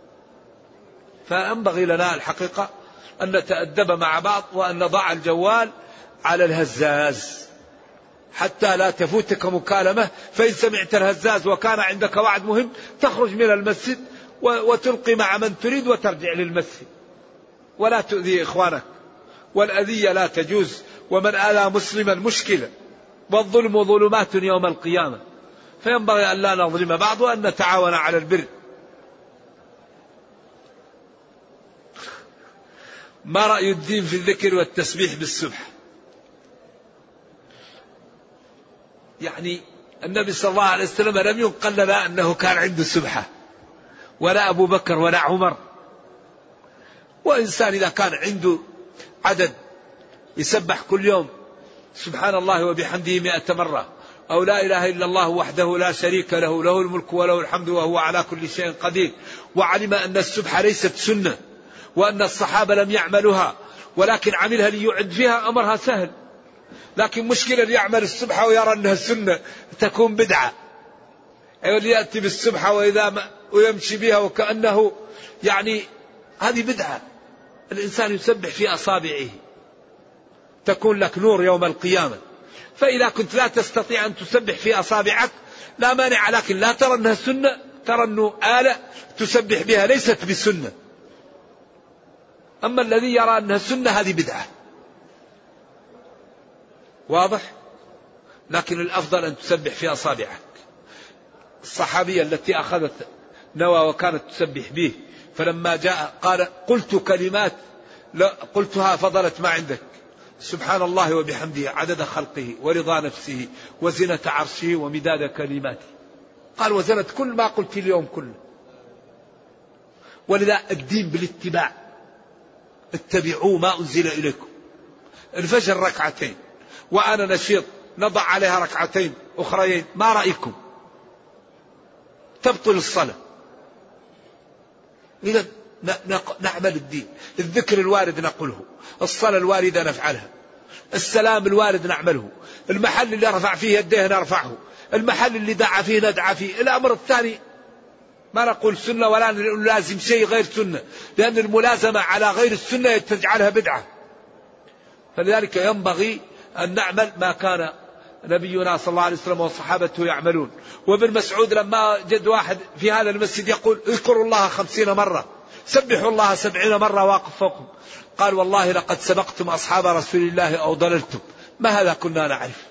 فينبغي لنا الحقيقة أن نتأدب مع بعض وأن نضع الجوال على الهزاز حتى لا تفوتك مكالمة. فإن سمعت الهزاز وكان عندك وعد مهم تخرج من المسجد وتلقي مع من تريد وترجع للمسجد، ولا تؤذي إخوانك. والأذية لا تجوز، ومن آذى مسلما مشكلة، والظلم ظلمات يوم القيامة. فينبغي أن لا نظلم بعض وأن نتعاون على البر. ما رأي الدين في الذكر والتسبيح بالسبح؟ يعني النبي صلى الله عليه وسلم لم ينقل لنا أنه كان عنده سبحة، ولا أبو بكر ولا عمر. وإنسان إذا كان عنده عدد يسبح كل يوم سبحان الله وبحمده مئة مرة، أو لا إله إلا الله وحده لا شريك له له الملك وله الحمد وهو على كل شيء قدير، وعلم أن السبحة ليست سنة وأن الصحابة لم يعملوها ولكن عملها ليعد فيها، أمرها سهل. لكن مشكلة يعمل السبحة ويرى أنها سنة تكون بدعة، أيوة يأتي بالسبحة وإذا ما ويمشي بها وكأنه يعني هذه بدعة. الإنسان يسبح في أصابعه تكون لك نور يوم القيامة. فإذا كنت لا تستطيع أن تسبح في أصابعك لا مانع، لكن لا ترى أنها سنة، ترى أنه آلة تسبح بها ليست بسنة. أما الذي يرى أنها سنة هذه بدعة. واضح؟ لكن الأفضل أن تسبح في أصابعك. الصحابية التي أخذت نوى وكانت تسبح به، فلما جاء قال قلت كلمات قلتها فضلت ما عندك، سبحان الله وبحمده عدد خلقه ورضا نفسه وزنة عرشه ومداد كلماته. قال وزنت كل ما قلت اليوم كله. ولذا الدين بالاتباع، اتبعوا ما أنزل إليكم. الفجر ركعتين وأنا نشيط نضع عليها ركعتين أخريين، ما رأيكم؟ تبطل الصلاة. إذا نعمل الدين، الذكر الوارد نقوله، الصلاة الواردة نفعلها، السلام الوارد نعمله، المحل اللي رفع فيه يديه نرفعه، المحل اللي دعا فيه ندعى فيه. الأمر الثاني ما نقول سنة ولا نلازم شيء غير سنة، لأن الملازمة على غير السنة تجعلها بدعة. فلذلك ينبغي أن نعمل ما كان نبينا صلى الله عليه وسلم وصحابته يعملون. وابن مسعود لما جد واحد في هذا المسجد يقول اذكروا الله خمسين مرة، سبحوا الله سبعين مرة واقف فوقهم، قال والله لقد سبقتم أصحاب رسول الله أو ضللتم، ما هذا كنا نعرف.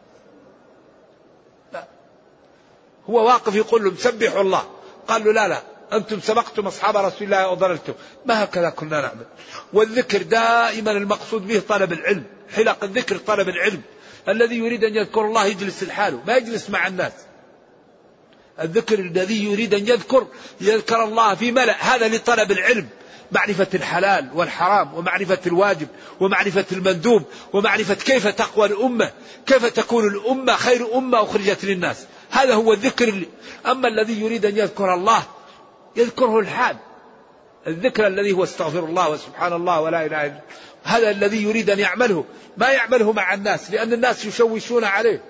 لا. هو واقف يقول لهم سبحوا الله، قال له لا لا أنتم سبقتم أصحاب رسول الله أو ضللتم، ما هكذا كنا نعمل. والذكر دائما المقصود به طلب العلم، حلق الذكر طلب العلم. الذي يريد أن يذكر الله يجلس لحاله، ما يجلس مع الناس. الذكر الذي يريد أن يذكر يذكر الله في ملأ، هذا لطلب العلم، معرفة الحلال والحرام، ومعرفة الواجب، ومعرفة المندوب، ومعرفة كيف تقوى الأمة، كيف تكون الأمة خير أمة أخرجت للناس. هذا هو الذكر اللي. أما الذي يريد أن يذكر الله يذكره الحال، الذكر الذي هو استغفر الله وسبحان الله ولا إله إلا، هذا الذي يريد أن يعمله، ما يعمله مع الناس لأن الناس يشوشون عليه.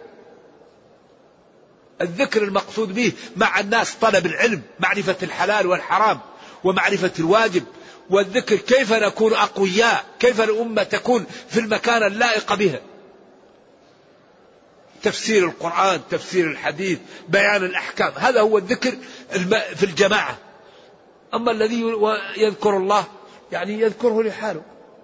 الذكر المقصود به مع الناس طلب العلم، معرفة الحلال والحرام، ومعرفة الواجب، والذكر كيف نكون أقوياء، كيف الأمة تكون في المكان اللائق بها. تفسير القرآن، تفسير الحديث، بيان الأحكام، هذا هو الذكر في الجماعة. أما الذي يذكر الله يعني يذكره لحاله.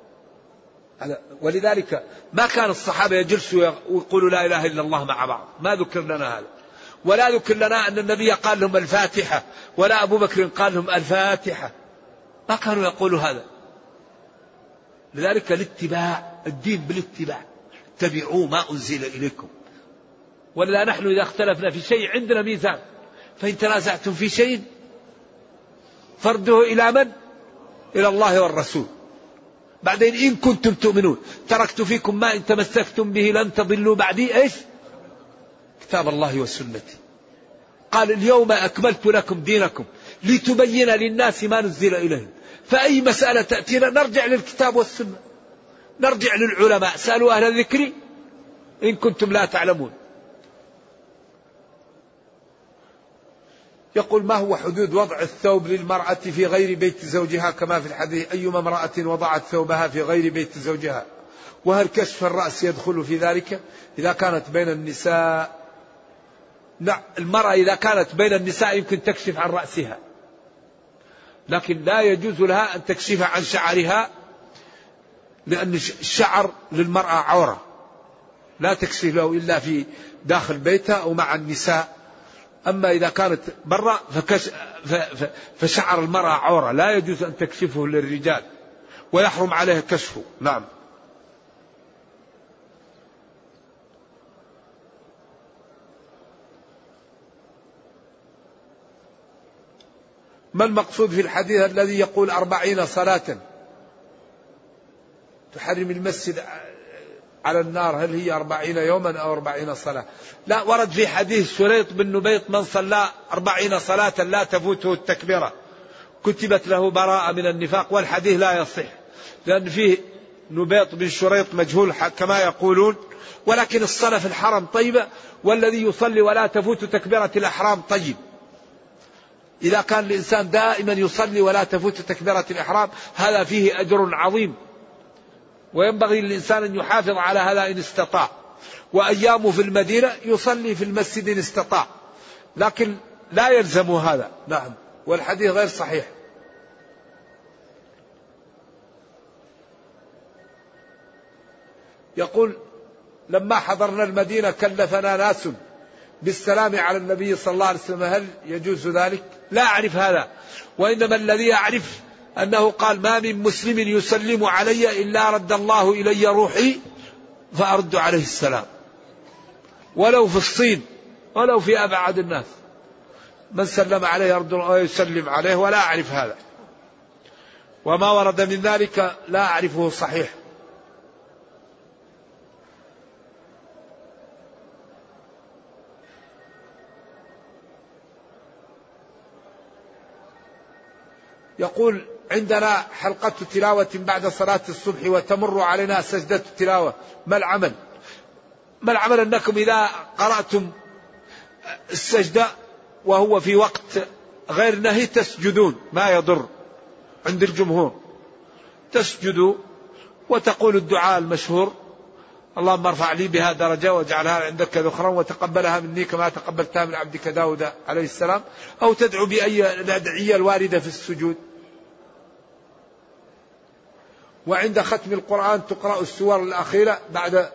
ولذلك ما كان الصحابة يجلسوا ويقولوا لا إله إلا الله مع بعض، ما ذكر لنا هذا. ولا ذكر لنا أن النبي قال لهم الفاتحة، ولا أبو بكر قال لهم الفاتحة، ما كانوا يقولوا هذا. لذلك الاتباع، الدين بالاتباع، اتبعوا ما أنزل إليكم. ولا نحن إذا اختلفنا في شيء عندنا ميزان، فإن تنازعتم في شيء فرده إلى من؟ إلى الله والرسول. بعدين إن كنتم تؤمنون تركت فيكم ما إن تمسكتم به لن تضلوا بعدي إيش؟ كتاب الله وسنتي. قال اليوم أكملت لكم دينكم لتبين للناس ما نزل إليهم. فأي مسألة تأتينا نرجع للكتاب والسنة، نرجع للعلماء، سألوا أهل الذكر إن كنتم لا تعلمون. يقول ما هو حدود وضع الثوب للمرأة في غير بيت زوجها كما في الحديث أيما امرأة وضعت ثوبها في غير بيت زوجها، وهل كشف الرأس يدخل في ذلك إذا كانت بين النساء؟ لا، المرأة إذا كانت بين النساء يمكن تكشف عن رأسها، لكن لا يجوز لها أن تكشف عن شعرها، لأن الشعر للمرأة عورة لا تكشف له إلا في داخل بيتها أو مع النساء. أما إذا كانت برا فكش... ف... ف... فشعر المرأة عورة لا يجوز أن تكشفه للرجال، ويحرم عليه كشفه. نعم. ما المقصود في الحديث الذي يقول أربعين صلاة تحرم المسجد على النار؟ هل هي أربعين يوما أو أربعين صلاة؟ لا، ورد في حديث شريط بن نبيط من صلى أربعين صلاة لا تفوته التكبيرة كتبت له براءة من النفاق، والحديث لا يصح لأن فيه نبيط بن شريط مجهول كما يقولون، ولكن الصلاة في الحرم طيبة، والذي يصلي ولا تفوت تكبيرة الإحرام طيب. إذا كان الإنسان دائما يصلي ولا تفوت تكبيرة الإحرام هذا فيه أجر عظيم، وينبغي للإنسان أن يحافظ على هذا إن استطاع. وأيامه في المدينة يصلي في المسجد إن استطاع، لكن لا يلزم هذا. نعم. والحديث غير صحيح. يقول لما حضرنا المدينة كلفنا ناس بالسلام على النبي صلى الله عليه وسلم، هل يجوز ذلك؟ لا أعرف هذا، وإنما الذي أعرف أنه قال ما من مسلم يسلم علي إلا رد الله إلي روحي فأرد عليه السلام، ولو في الصين ولو في أبعد الناس، من سلم عليه يرد الله ويسلم عليه، ولا أعرف هذا. وما ورد من ذلك لا أعرفه صحيح. يقول عندنا حلقة تلاوة بعد صلاة الصبح وتمر علينا سجدة التلاوة، ما العمل؟ ما العمل أنكم إذا قرأتم السجدة وهو في وقت غير نهي تسجدون، ما يضر عند الجمهور، تسجدوا وتقول الدعاء المشهور: اللهم ارفع لي بها درجة واجعلها عندك ذخرا وتقبلها مني كما تقبلتها من عبدك داود عليه السلام، أو تدعو بأي الأدعية الواردة في السجود. وعند ختم القرآن تقرأ السور الأخيرة بعد.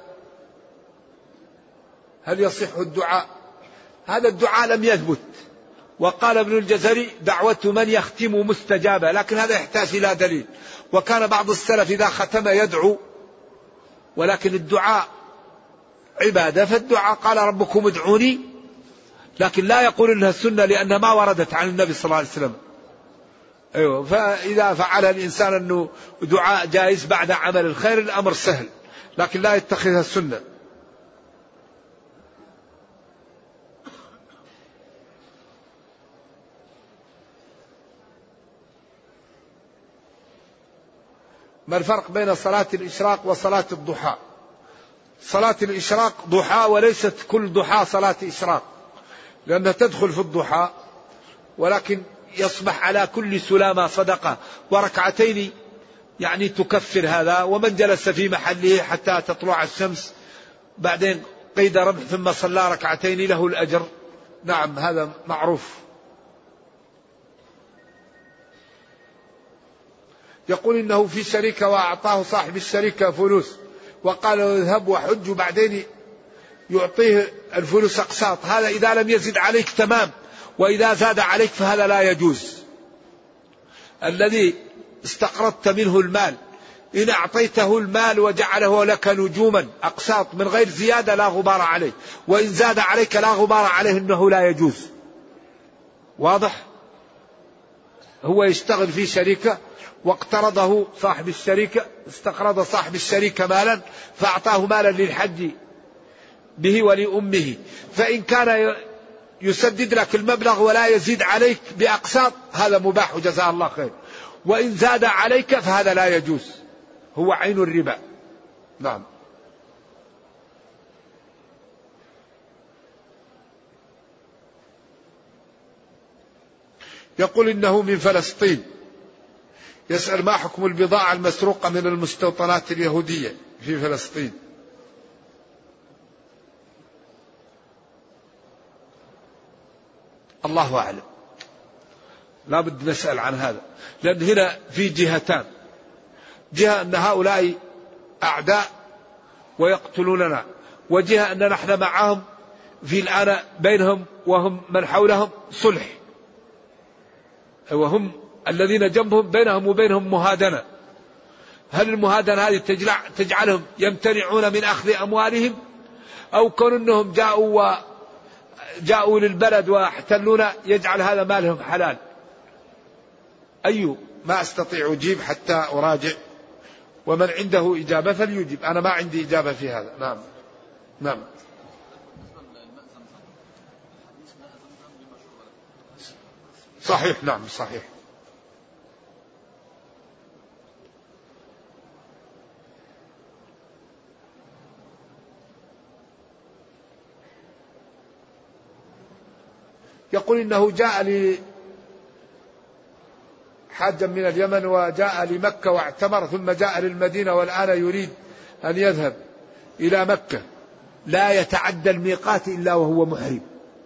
هل يصح الدعاء؟ هذا الدعاء لم يثبت، وقال ابن الجزري: دعوة من يختم مستجابة، لكن هذا يحتاج إلى دليل. وكان بعض السلف إذا ختم يدعو، ولكن الدعاء عبادة، فالدعاء قال ربكم ادعوني، لكن لا يقول إنها السنة لأنها ما وردت عن النبي صلى الله عليه وسلم. أيوة، فإذا فعل الإنسان أنه دعاء جائز بعد عمل الخير الأمر سهل، لكن لا يتخذها السنة. ما الفرق بين صلاة الإشراق وصلاة الضحى؟ صلاة الإشراق ضحى، وليست كل ضحى صلاة إشراق، لأنها تدخل في الضحى، ولكن يصبح على كل سلامة صدقة، وركعتين يعني تكفر هذا. ومن جلس في محله حتى تطلع الشمس بعدين قيد ربح ثم صلى ركعتين له الأجر. نعم، هذا معروف. يقول إنه في شركة وأعطاه صاحب الشركة فلوس وقال له اذهب وحج، وبعدين يعطيه الفلوس أقساط. هذا إذا لم يزد عليك تمام، وإذا زاد عليك فهذا لا يجوز. الذي استقرضت منه المال إن أعطيته المال وجعله لك نجوما أقساط من غير زيادة لا غبار عليه، وإن زاد عليك لا غبار عليه، إنه لا يجوز. واضح؟ هو يشتغل في شركة واقترضه صاحب الشركة، استقرض صاحب الشركة مالا فأعطاه مالا للحج به ولأمه، فإن كان يسدد لك المبلغ ولا يزيد عليك بأقساط هذا مباح وجزاه الله خير، وإن زاد عليك فهذا لا يجوز، هو عين الربا. نعم. يقول إنه من فلسطين، يسأل ما حكم البضاعة المسروقة من المستوطنات اليهودية في فلسطين؟ الله أعلم، لا بد نسأل عن هذا، لأن هنا في جهتان: جهة أن هؤلاء أعداء ويقتلوننا، وجهة أن نحن معهم في الآن بينهم وهم من حولهم صلح، وهم الذين جنبهم بينهم وبينهم مهادنة. هل المهادنة هذه تجعلهم يمتنعون من أخذ أموالهم، أو كون أنهم جاءوا و جاءوا للبلد واحتلونا يجعل هذا مالهم حلال؟ أي ما أستطيع أجيب حتى أراجع، ومن عنده إجابة فليجيب، أنا ما عندي إجابة في هذا. نعم. نعم. صحيح. نعم صحيح. يقول إنه جاء لي حاجا من اليمن وجاء لمكة واعتمر ثم جاء للمدينة والآن يريد أن يذهب إلى مكة، لا يتعدى الميقات إلا وهو محرم.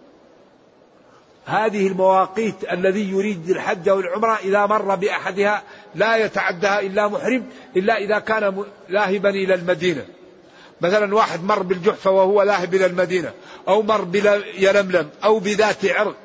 هذه المواقيت الذي يريد الحج والعمرة إذا مر بأحدها لا يتعدها إلا محرم، إلا إذا كان لاهبا إلى المدينة. مثلا واحد مر بالجحفة وهو لاهب إلى المدينة، أو مر بيلملم أو بذات عرق،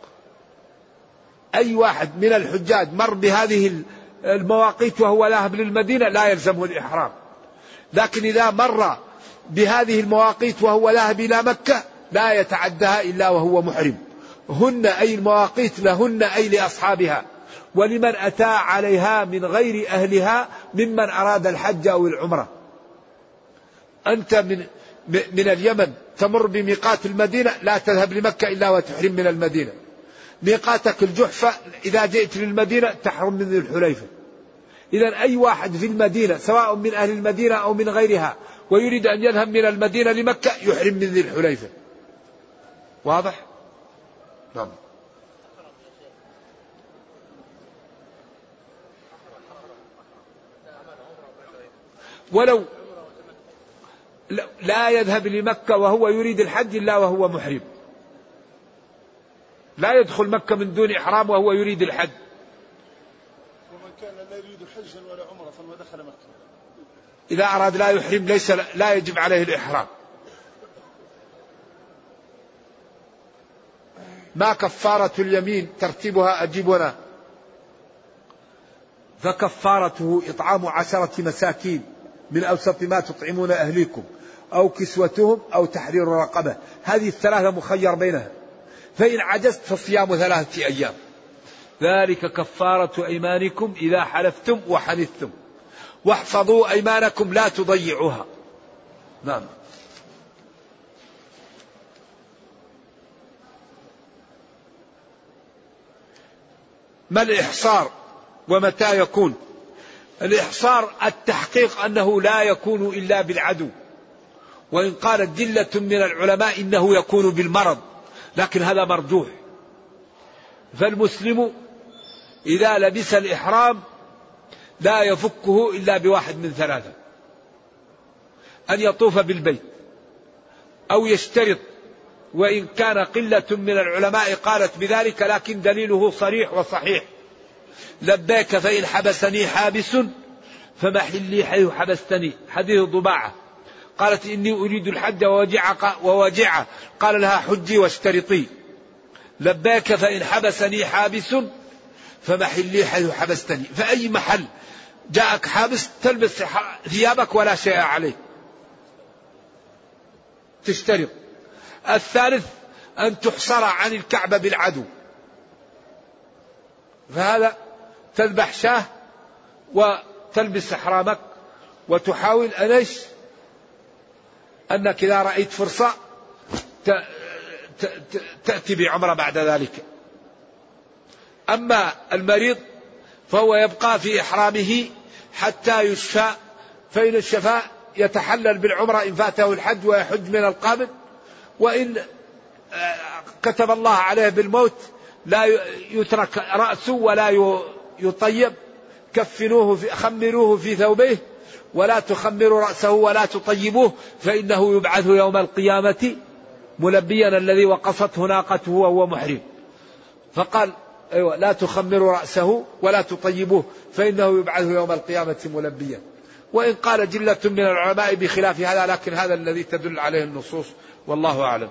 أي واحد من الحجاج مر بهذه المواقيت وهو لاهب للمدينة لا يلزمه الإحرام. لكن إذا مر بهذه المواقيت وهو لاهب إلى مكة لا يتعدها إلا وهو محرم. هن أي المواقيت لهن أي لأصحابها، ولمن أتى عليها من غير أهلها ممن أراد الحج أو العمرة. أنت من من اليمن تمر بميقات المدينة، لا تذهب لمكة إلا وتحرم من المدينة. ميقاتك الجحفة، إذا جئت للمدينة تحرم من ذي الحليفة. إذا أي واحد في المدينة سواء من أهل المدينة أو من غيرها ويريد أن يذهب من المدينة لمكة يحرم من ذي الحليفة. واضح؟ نعم. ولو لا يذهب لمكة وهو يريد الحج إلا وهو محرم، لا يدخل مكة من دون إحرام وهو يريد الحج. ومن كان لا يريد حجا ولا عمرة فما دخل مكة، إذا أراد لا يحرم ليس لا يجب عليه الإحرام. ما كفارة اليمين ترتيبها أجيبنا. فكفارته إطعام عشرة مساكين من أوسط ما تطعمون أهليكم أو كسوتهم أو تحرير رقبة. هذه الثلاثة مخير بينها، فإن عجزت فصيام ثلاثة أيام. ذلك كفارة أيمانكم إذا حلفتم وحنثتم واحفظوا أيمانكم لا تضيعوها. نعم. ما الإحصار ومتى يكون؟ الإحصار التحقيق أنه لا يكون إلا بالعدو، وإن قالت جلة من العلماء إنه يكون بالمرض، لكن هذا مرجوح. فالمسلم إذا لبس الإحرام لا يفكه إلا بواحد من ثلاثة: أن يطوف بالبيت أو يشترط، وإن كان قلة من العلماء قالت بذلك لكن دليله صريح وصحيح: لبيك فإن حبسني حابس فمحلي حيث حبستني. حديث ضباعة قالت إني أريد الحج ووجع ووجع قال لها حجي واشترطي. لبيك فإن حبسني حابس فمحلي حيث حبستني. فأي محل جاءك حابس تلبس ثيابك ولا شيء عليك، تشترط. الثالث أن تحصر عن الكعبة بالعدو، فهذا تذبح شاه وتلبس إحرامك وتحاول أنش أنك إذا رأيت فرصة تأتي بعمرة بعد ذلك. أما المريض فهو يبقى في إحرامه حتى يشفى، فإن الشفاء يتحلل بالعمرة إن فاته الحج ويحج من القابل، وإن كتب الله عليه بالموت لا يترك رأسه ولا يطيب. كفنوه في خمروه في ثوبيه ولا تخمروا رأسه ولا تطيبوه فإنه يبعث يوم القيامة ملبيا الذي وقصته ناقته وهو محرم. فقال أيوة لا تخمروا رأسه ولا تطيبوه فإنه يبعث يوم القيامة ملبيا. وإن قال جلة من العلماء بخلاف هذا، لكن هذا الذي تدل عليه النصوص والله أعلم.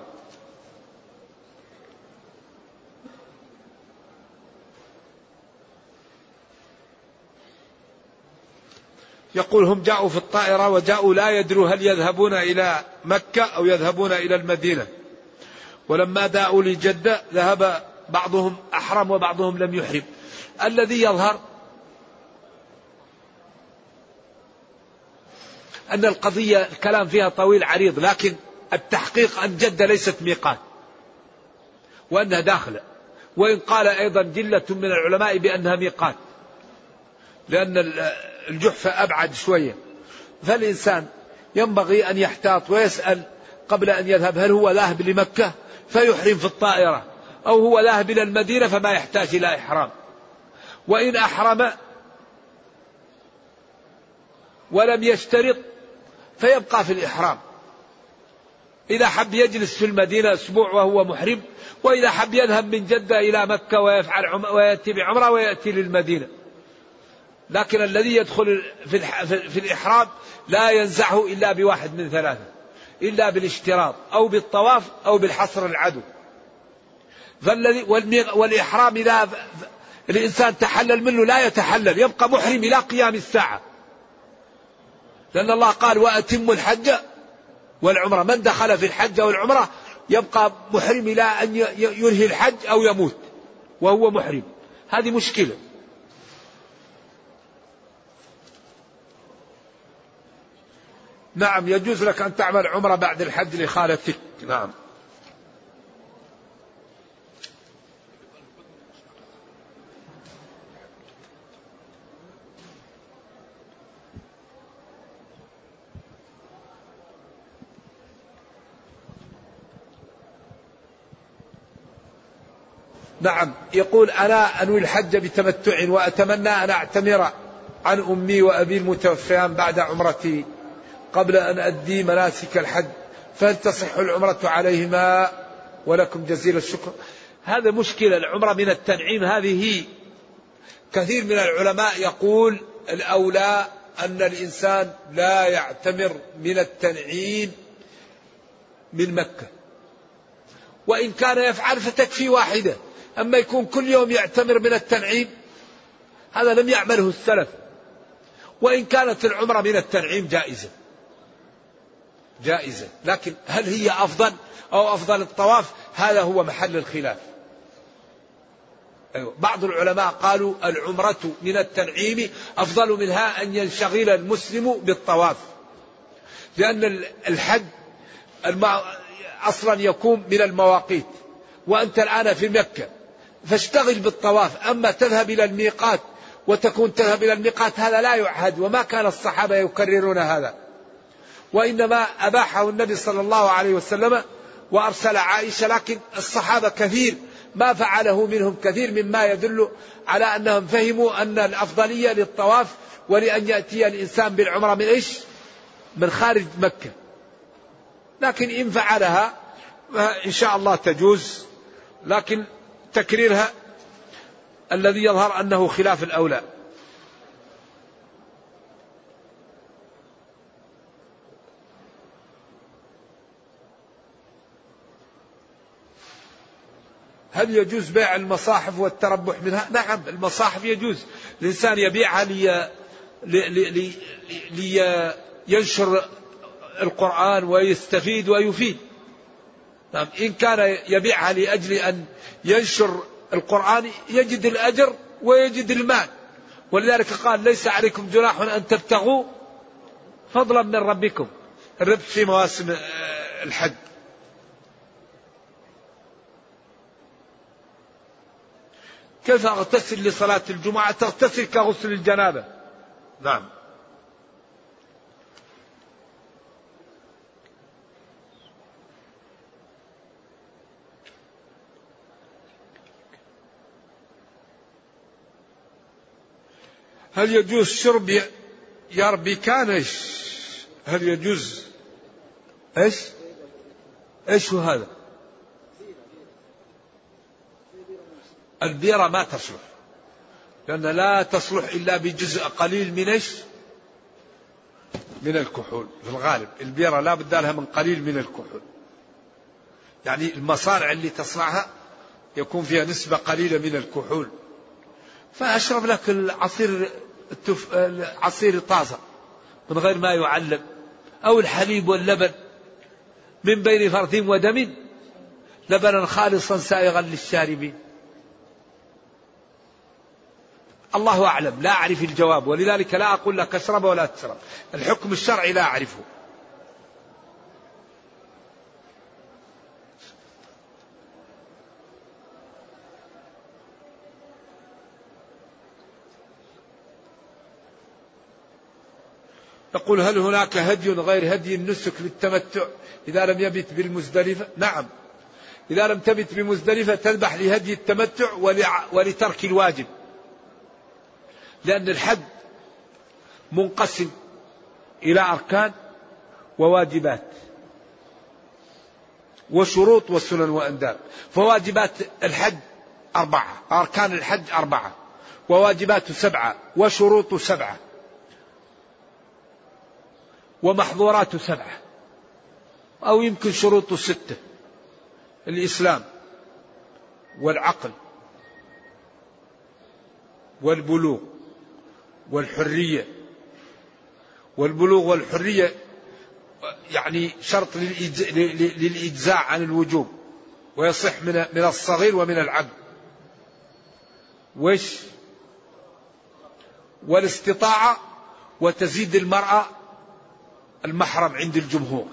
يقول هم جاءوا في الطائرة وجاءوا لا يدروا هل يذهبون إلى مكة أو يذهبون إلى المدينة، ولما داءوا لجدة ذهب بعضهم أحرم وبعضهم لم يحرم. الذي يظهر أن القضية الكلام فيها طويل عريض، لكن التحقيق أن جدة ليست ميقات وأنها داخلة. وإن قال أيضا جلة من العلماء بأنها ميقات لأن الجحفة أبعد شوية. فالإنسان ينبغي أن يحتاط ويسأل قبل أن يذهب هل هو ذاهب لمكة فيحرم في الطائرة، أو هو ذاهب إلى المدينة فما يحتاج إلى إحرام. وإن أحرم ولم يشترط فيبقى في الإحرام. إذا حب يجلس في المدينة أسبوع وهو محرم، وإذا حب يذهب من جدة إلى مكة ويفعل عم ويأتي بعمرة ويأتي للمدينة. لكن الذي يدخل في, في الإحرام لا ينزعه إلا بواحد من ثلاثة: إلا بالاشتراط أو بالطواف أو بالحصر العدو. فالذي والإحرام إذا الإنسان تحلل منه لا يتحلل، يبقى محرم إلى قيام الساعة، لأن الله قال وأتم الحج والعمرة. من دخل في الحج والعمرة يبقى محرم إلى أن ينهي الحج أو يموت وهو محرم. هذه مشكلة. نعم يجوز لك أن تعمل عمرة بعد الحج لخالتك. نعم. نعم يقول أنا أنوي الحج بتمتع وأتمنى أن أعتمر عن أمي وأبي المتوفيان بعد عمرتي قبل أن أدي مناسك الحج، فهل تصح العمرة عليهما؟ ولكم جزيل الشكر. هذا مشكلة، العمرة من التنعيم هذه كثير من العلماء يقول الأولى أن الإنسان لا يعتمر من التنعيم من مكة، وإن كان يفعل فتكفي واحدة. أما يكون كل يوم يعتمر من التنعيم هذا لم يعمله السلف. وإن كانت العمرة من التنعيم جائزة جائزة لكن هل هي أفضل أو أفضل الطواف؟ هذا هو محل الخلاف. أيوة. بعض العلماء قالوا العمرة من التنعيم أفضل منها أن ينشغل المسلم بالطواف، لأن الحج أصلا يكون من المواقيت، وأنت الآن في مكة فاشتغل بالطواف. أما تذهب إلى الميقات وتكون تذهب إلى الميقات هذا لا يعهد، وما كان الصحابة يكررون هذا، وإنما أباحه النبي صلى الله عليه وسلم وأرسل عائشة. لكن الصحابة كثير ما فعله منهم كثير مما يدل على أنهم فهموا أن الأفضلية للطواف ولأن يأتي الإنسان بالعمرة من إيش؟ من خارج مكة. لكن إن فعلها إن شاء الله تجوز، لكن تكريرها الذي يظهر أنه خلاف الأولى. هل يجوز بيع المصاحف والتربح منها؟ نعم المصاحف يجوز، الإنسان يبيعها لي... لي... لي... لي... لينشر القرآن ويستفيد ويفيد. نعم إن كان يبيعها لأجل أن ينشر القرآن يجد الأجر ويجد المال، ولذلك قال ليس عليكم جناح أن تبتغوا فضلا من ربكم، الربح في مواسم الحج. كيف أغتسل لصلاة الجمعة؟ تغتسل كغسل الجنابة. نعم. هل يجوز شرب يربكان ايش؟ هل يجوز ايش؟ ايش هو هذا؟ البيرة ما تصلح، لأن لا تصلح إلا بجزء قليل من ايش؟ من الكحول. في الغالب البيرة لا بد لها من قليل من الكحول، يعني المصانع اللي تصنعها يكون فيها نسبة قليلة من الكحول. فأشرب لك العصير التف... العصير طازة من غير ما يعلم، أو الحليب واللبن من بين فرث ودم لبنا خالصا سائغا للشاربين. الله أعلم، لا أعرف الجواب، ولذلك لا أقول لك اشرب ولا تشرب، الحكم الشرعي لا أعرفه. يقول هل هناك هدي غير هدي النسك للتمتع إذا لم يبت بالمزدلفة؟ نعم، إذا لم تبت بمزدلفة تذبح لهدي التمتع ولترك الواجب، لأن الحج منقسم إلى أركان وواجبات وشروط وسنن وأنداب. فواجبات الحج أربعة، أركان الحج أربعة، وواجبات سبعة، وشروط سبعة، ومحظورات سبعة، أو يمكن شروط ستة: الإسلام والعقل والبلوغ والحرية. والبلوغ والحرية يعني شرط للإجزاء عن الوجوب، ويصح من من الصغير ومن العبد. وش والاستطاعة، وتزيد المرأة المحرم عند الجمهور.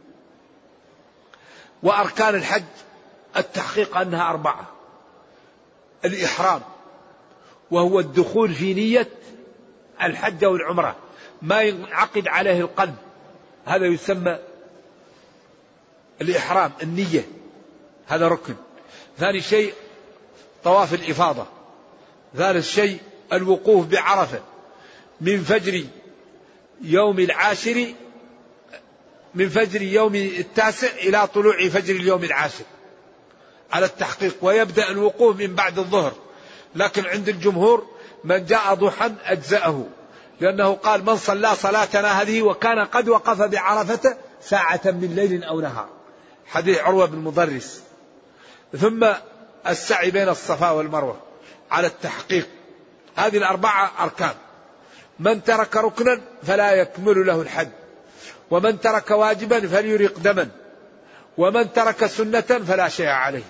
وأركان الحج التحقيق أنها أربعة: الإحرام وهو الدخول في نية الحج والعمرة، ما ينعقد عليه القلب، هذا يسمى الإحرام، النية، هذا ركن. ثاني شيء طواف الإفاضة. ثالث شيء الوقوف بعرفة من فجر يوم العاشر من فجر يوم التاسع إلى طلوع فجر اليوم العاشر على التحقيق، ويبدأ الوقوف من بعد الظهر. لكن عند الجمهور من جاء ضحى أجزأه، لأنه قال: من صلى صلاتنا هذه وكان قد وقف بعرفة ساعة من ليل أو نهار، حديث عروة بن مضرس. ثم السعي بين الصفا والمروة على التحقيق. هذه الأربعة أركان. من ترك ركنا فلا يكمل له الحج، ومن ترك واجبا فليرق دما، ومن ترك سنة فلا شيء عليه.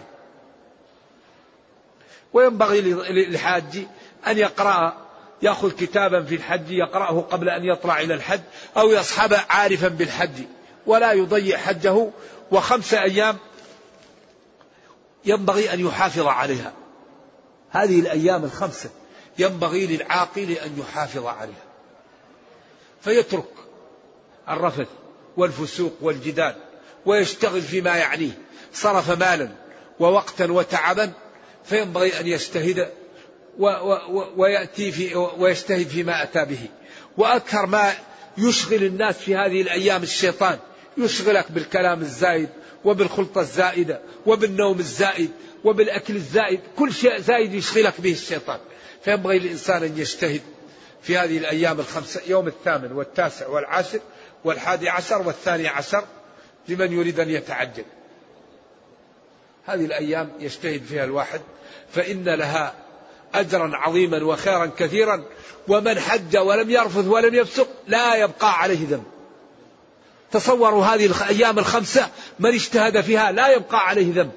وينبغي للحاج أن يقرأ، يأخذ كتابا في الحج يقرأه قبل أن يطلع إلى الحج، أو يصحب عارفا بالحج، ولا يضيع حجه. وخمسة أيام ينبغي أن يحافظ عليها. هذه الأيام الخمسة ينبغي للعاقل أن يحافظ عليها، فيترك الرفث والفسوق والجدال ويشتغل فيما يعنيه. صرف مالا ووقتا وتعبا، فينبغي أن يجتهد ويأتي في ويجتهد فيما أتى به. وأكثر ما يشغل الناس في هذه الأيام الشيطان، يشغلك بالكلام الزائد وبالخلطة الزائدة وبالنوم الزائد وبالأكل الزائد، كل شيء زائد يشغلك به الشيطان. فينبغي الإنسان أن يجتهد في هذه الأيام الخمسة، يوم الثامن والتاسع والعاشر والحادي عشر والثاني عشر لمن يريد أن يتعجل. هذه الأيام يجتهد فيها الواحد، فإن لها أجرا عظيما وخيرا كثيرا. ومن حج ولم يرفث ولم يفسق لا يبقى عليه ذنب. تصوروا هذه الأيام الخمسة من اجتهد فيها لا يبقى عليه ذنب.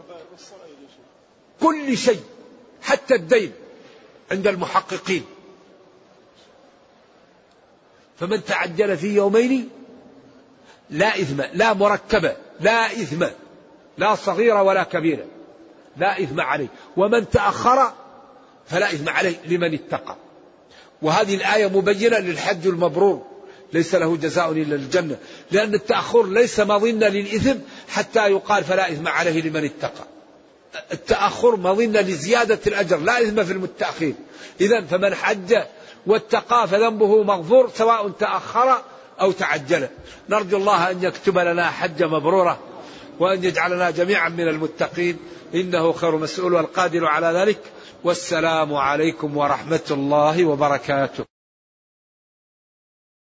كل شيء حتى الدين عند المحققين. فمن تعجل في يومين لا إثم، لا مركبة، لا إثم، لا صغيرة ولا كبيرة، لا إثم عليه. ومن تأخر فلا إثم عليه لمن اتقى. وهذه الآية مبينة للحج المبرور ليس له جزاء إلا الجنة، لأن التأخر ليس مظنة للإثم حتى يقال فلا إثم عليه لمن اتقى. التأخر مظنة لزيادة الأجر، لا إثم في المتأخر. إذن فمن حج واتقى فذنبه مغفور سواء تأخر أو تعجل. نرجو الله أن يكتب لنا حج مبرورة، وأن يجعلنا جميعا من المتقين، إنه خير مسؤول والقادر على ذلك. والسلام عليكم ورحمة الله وبركاته.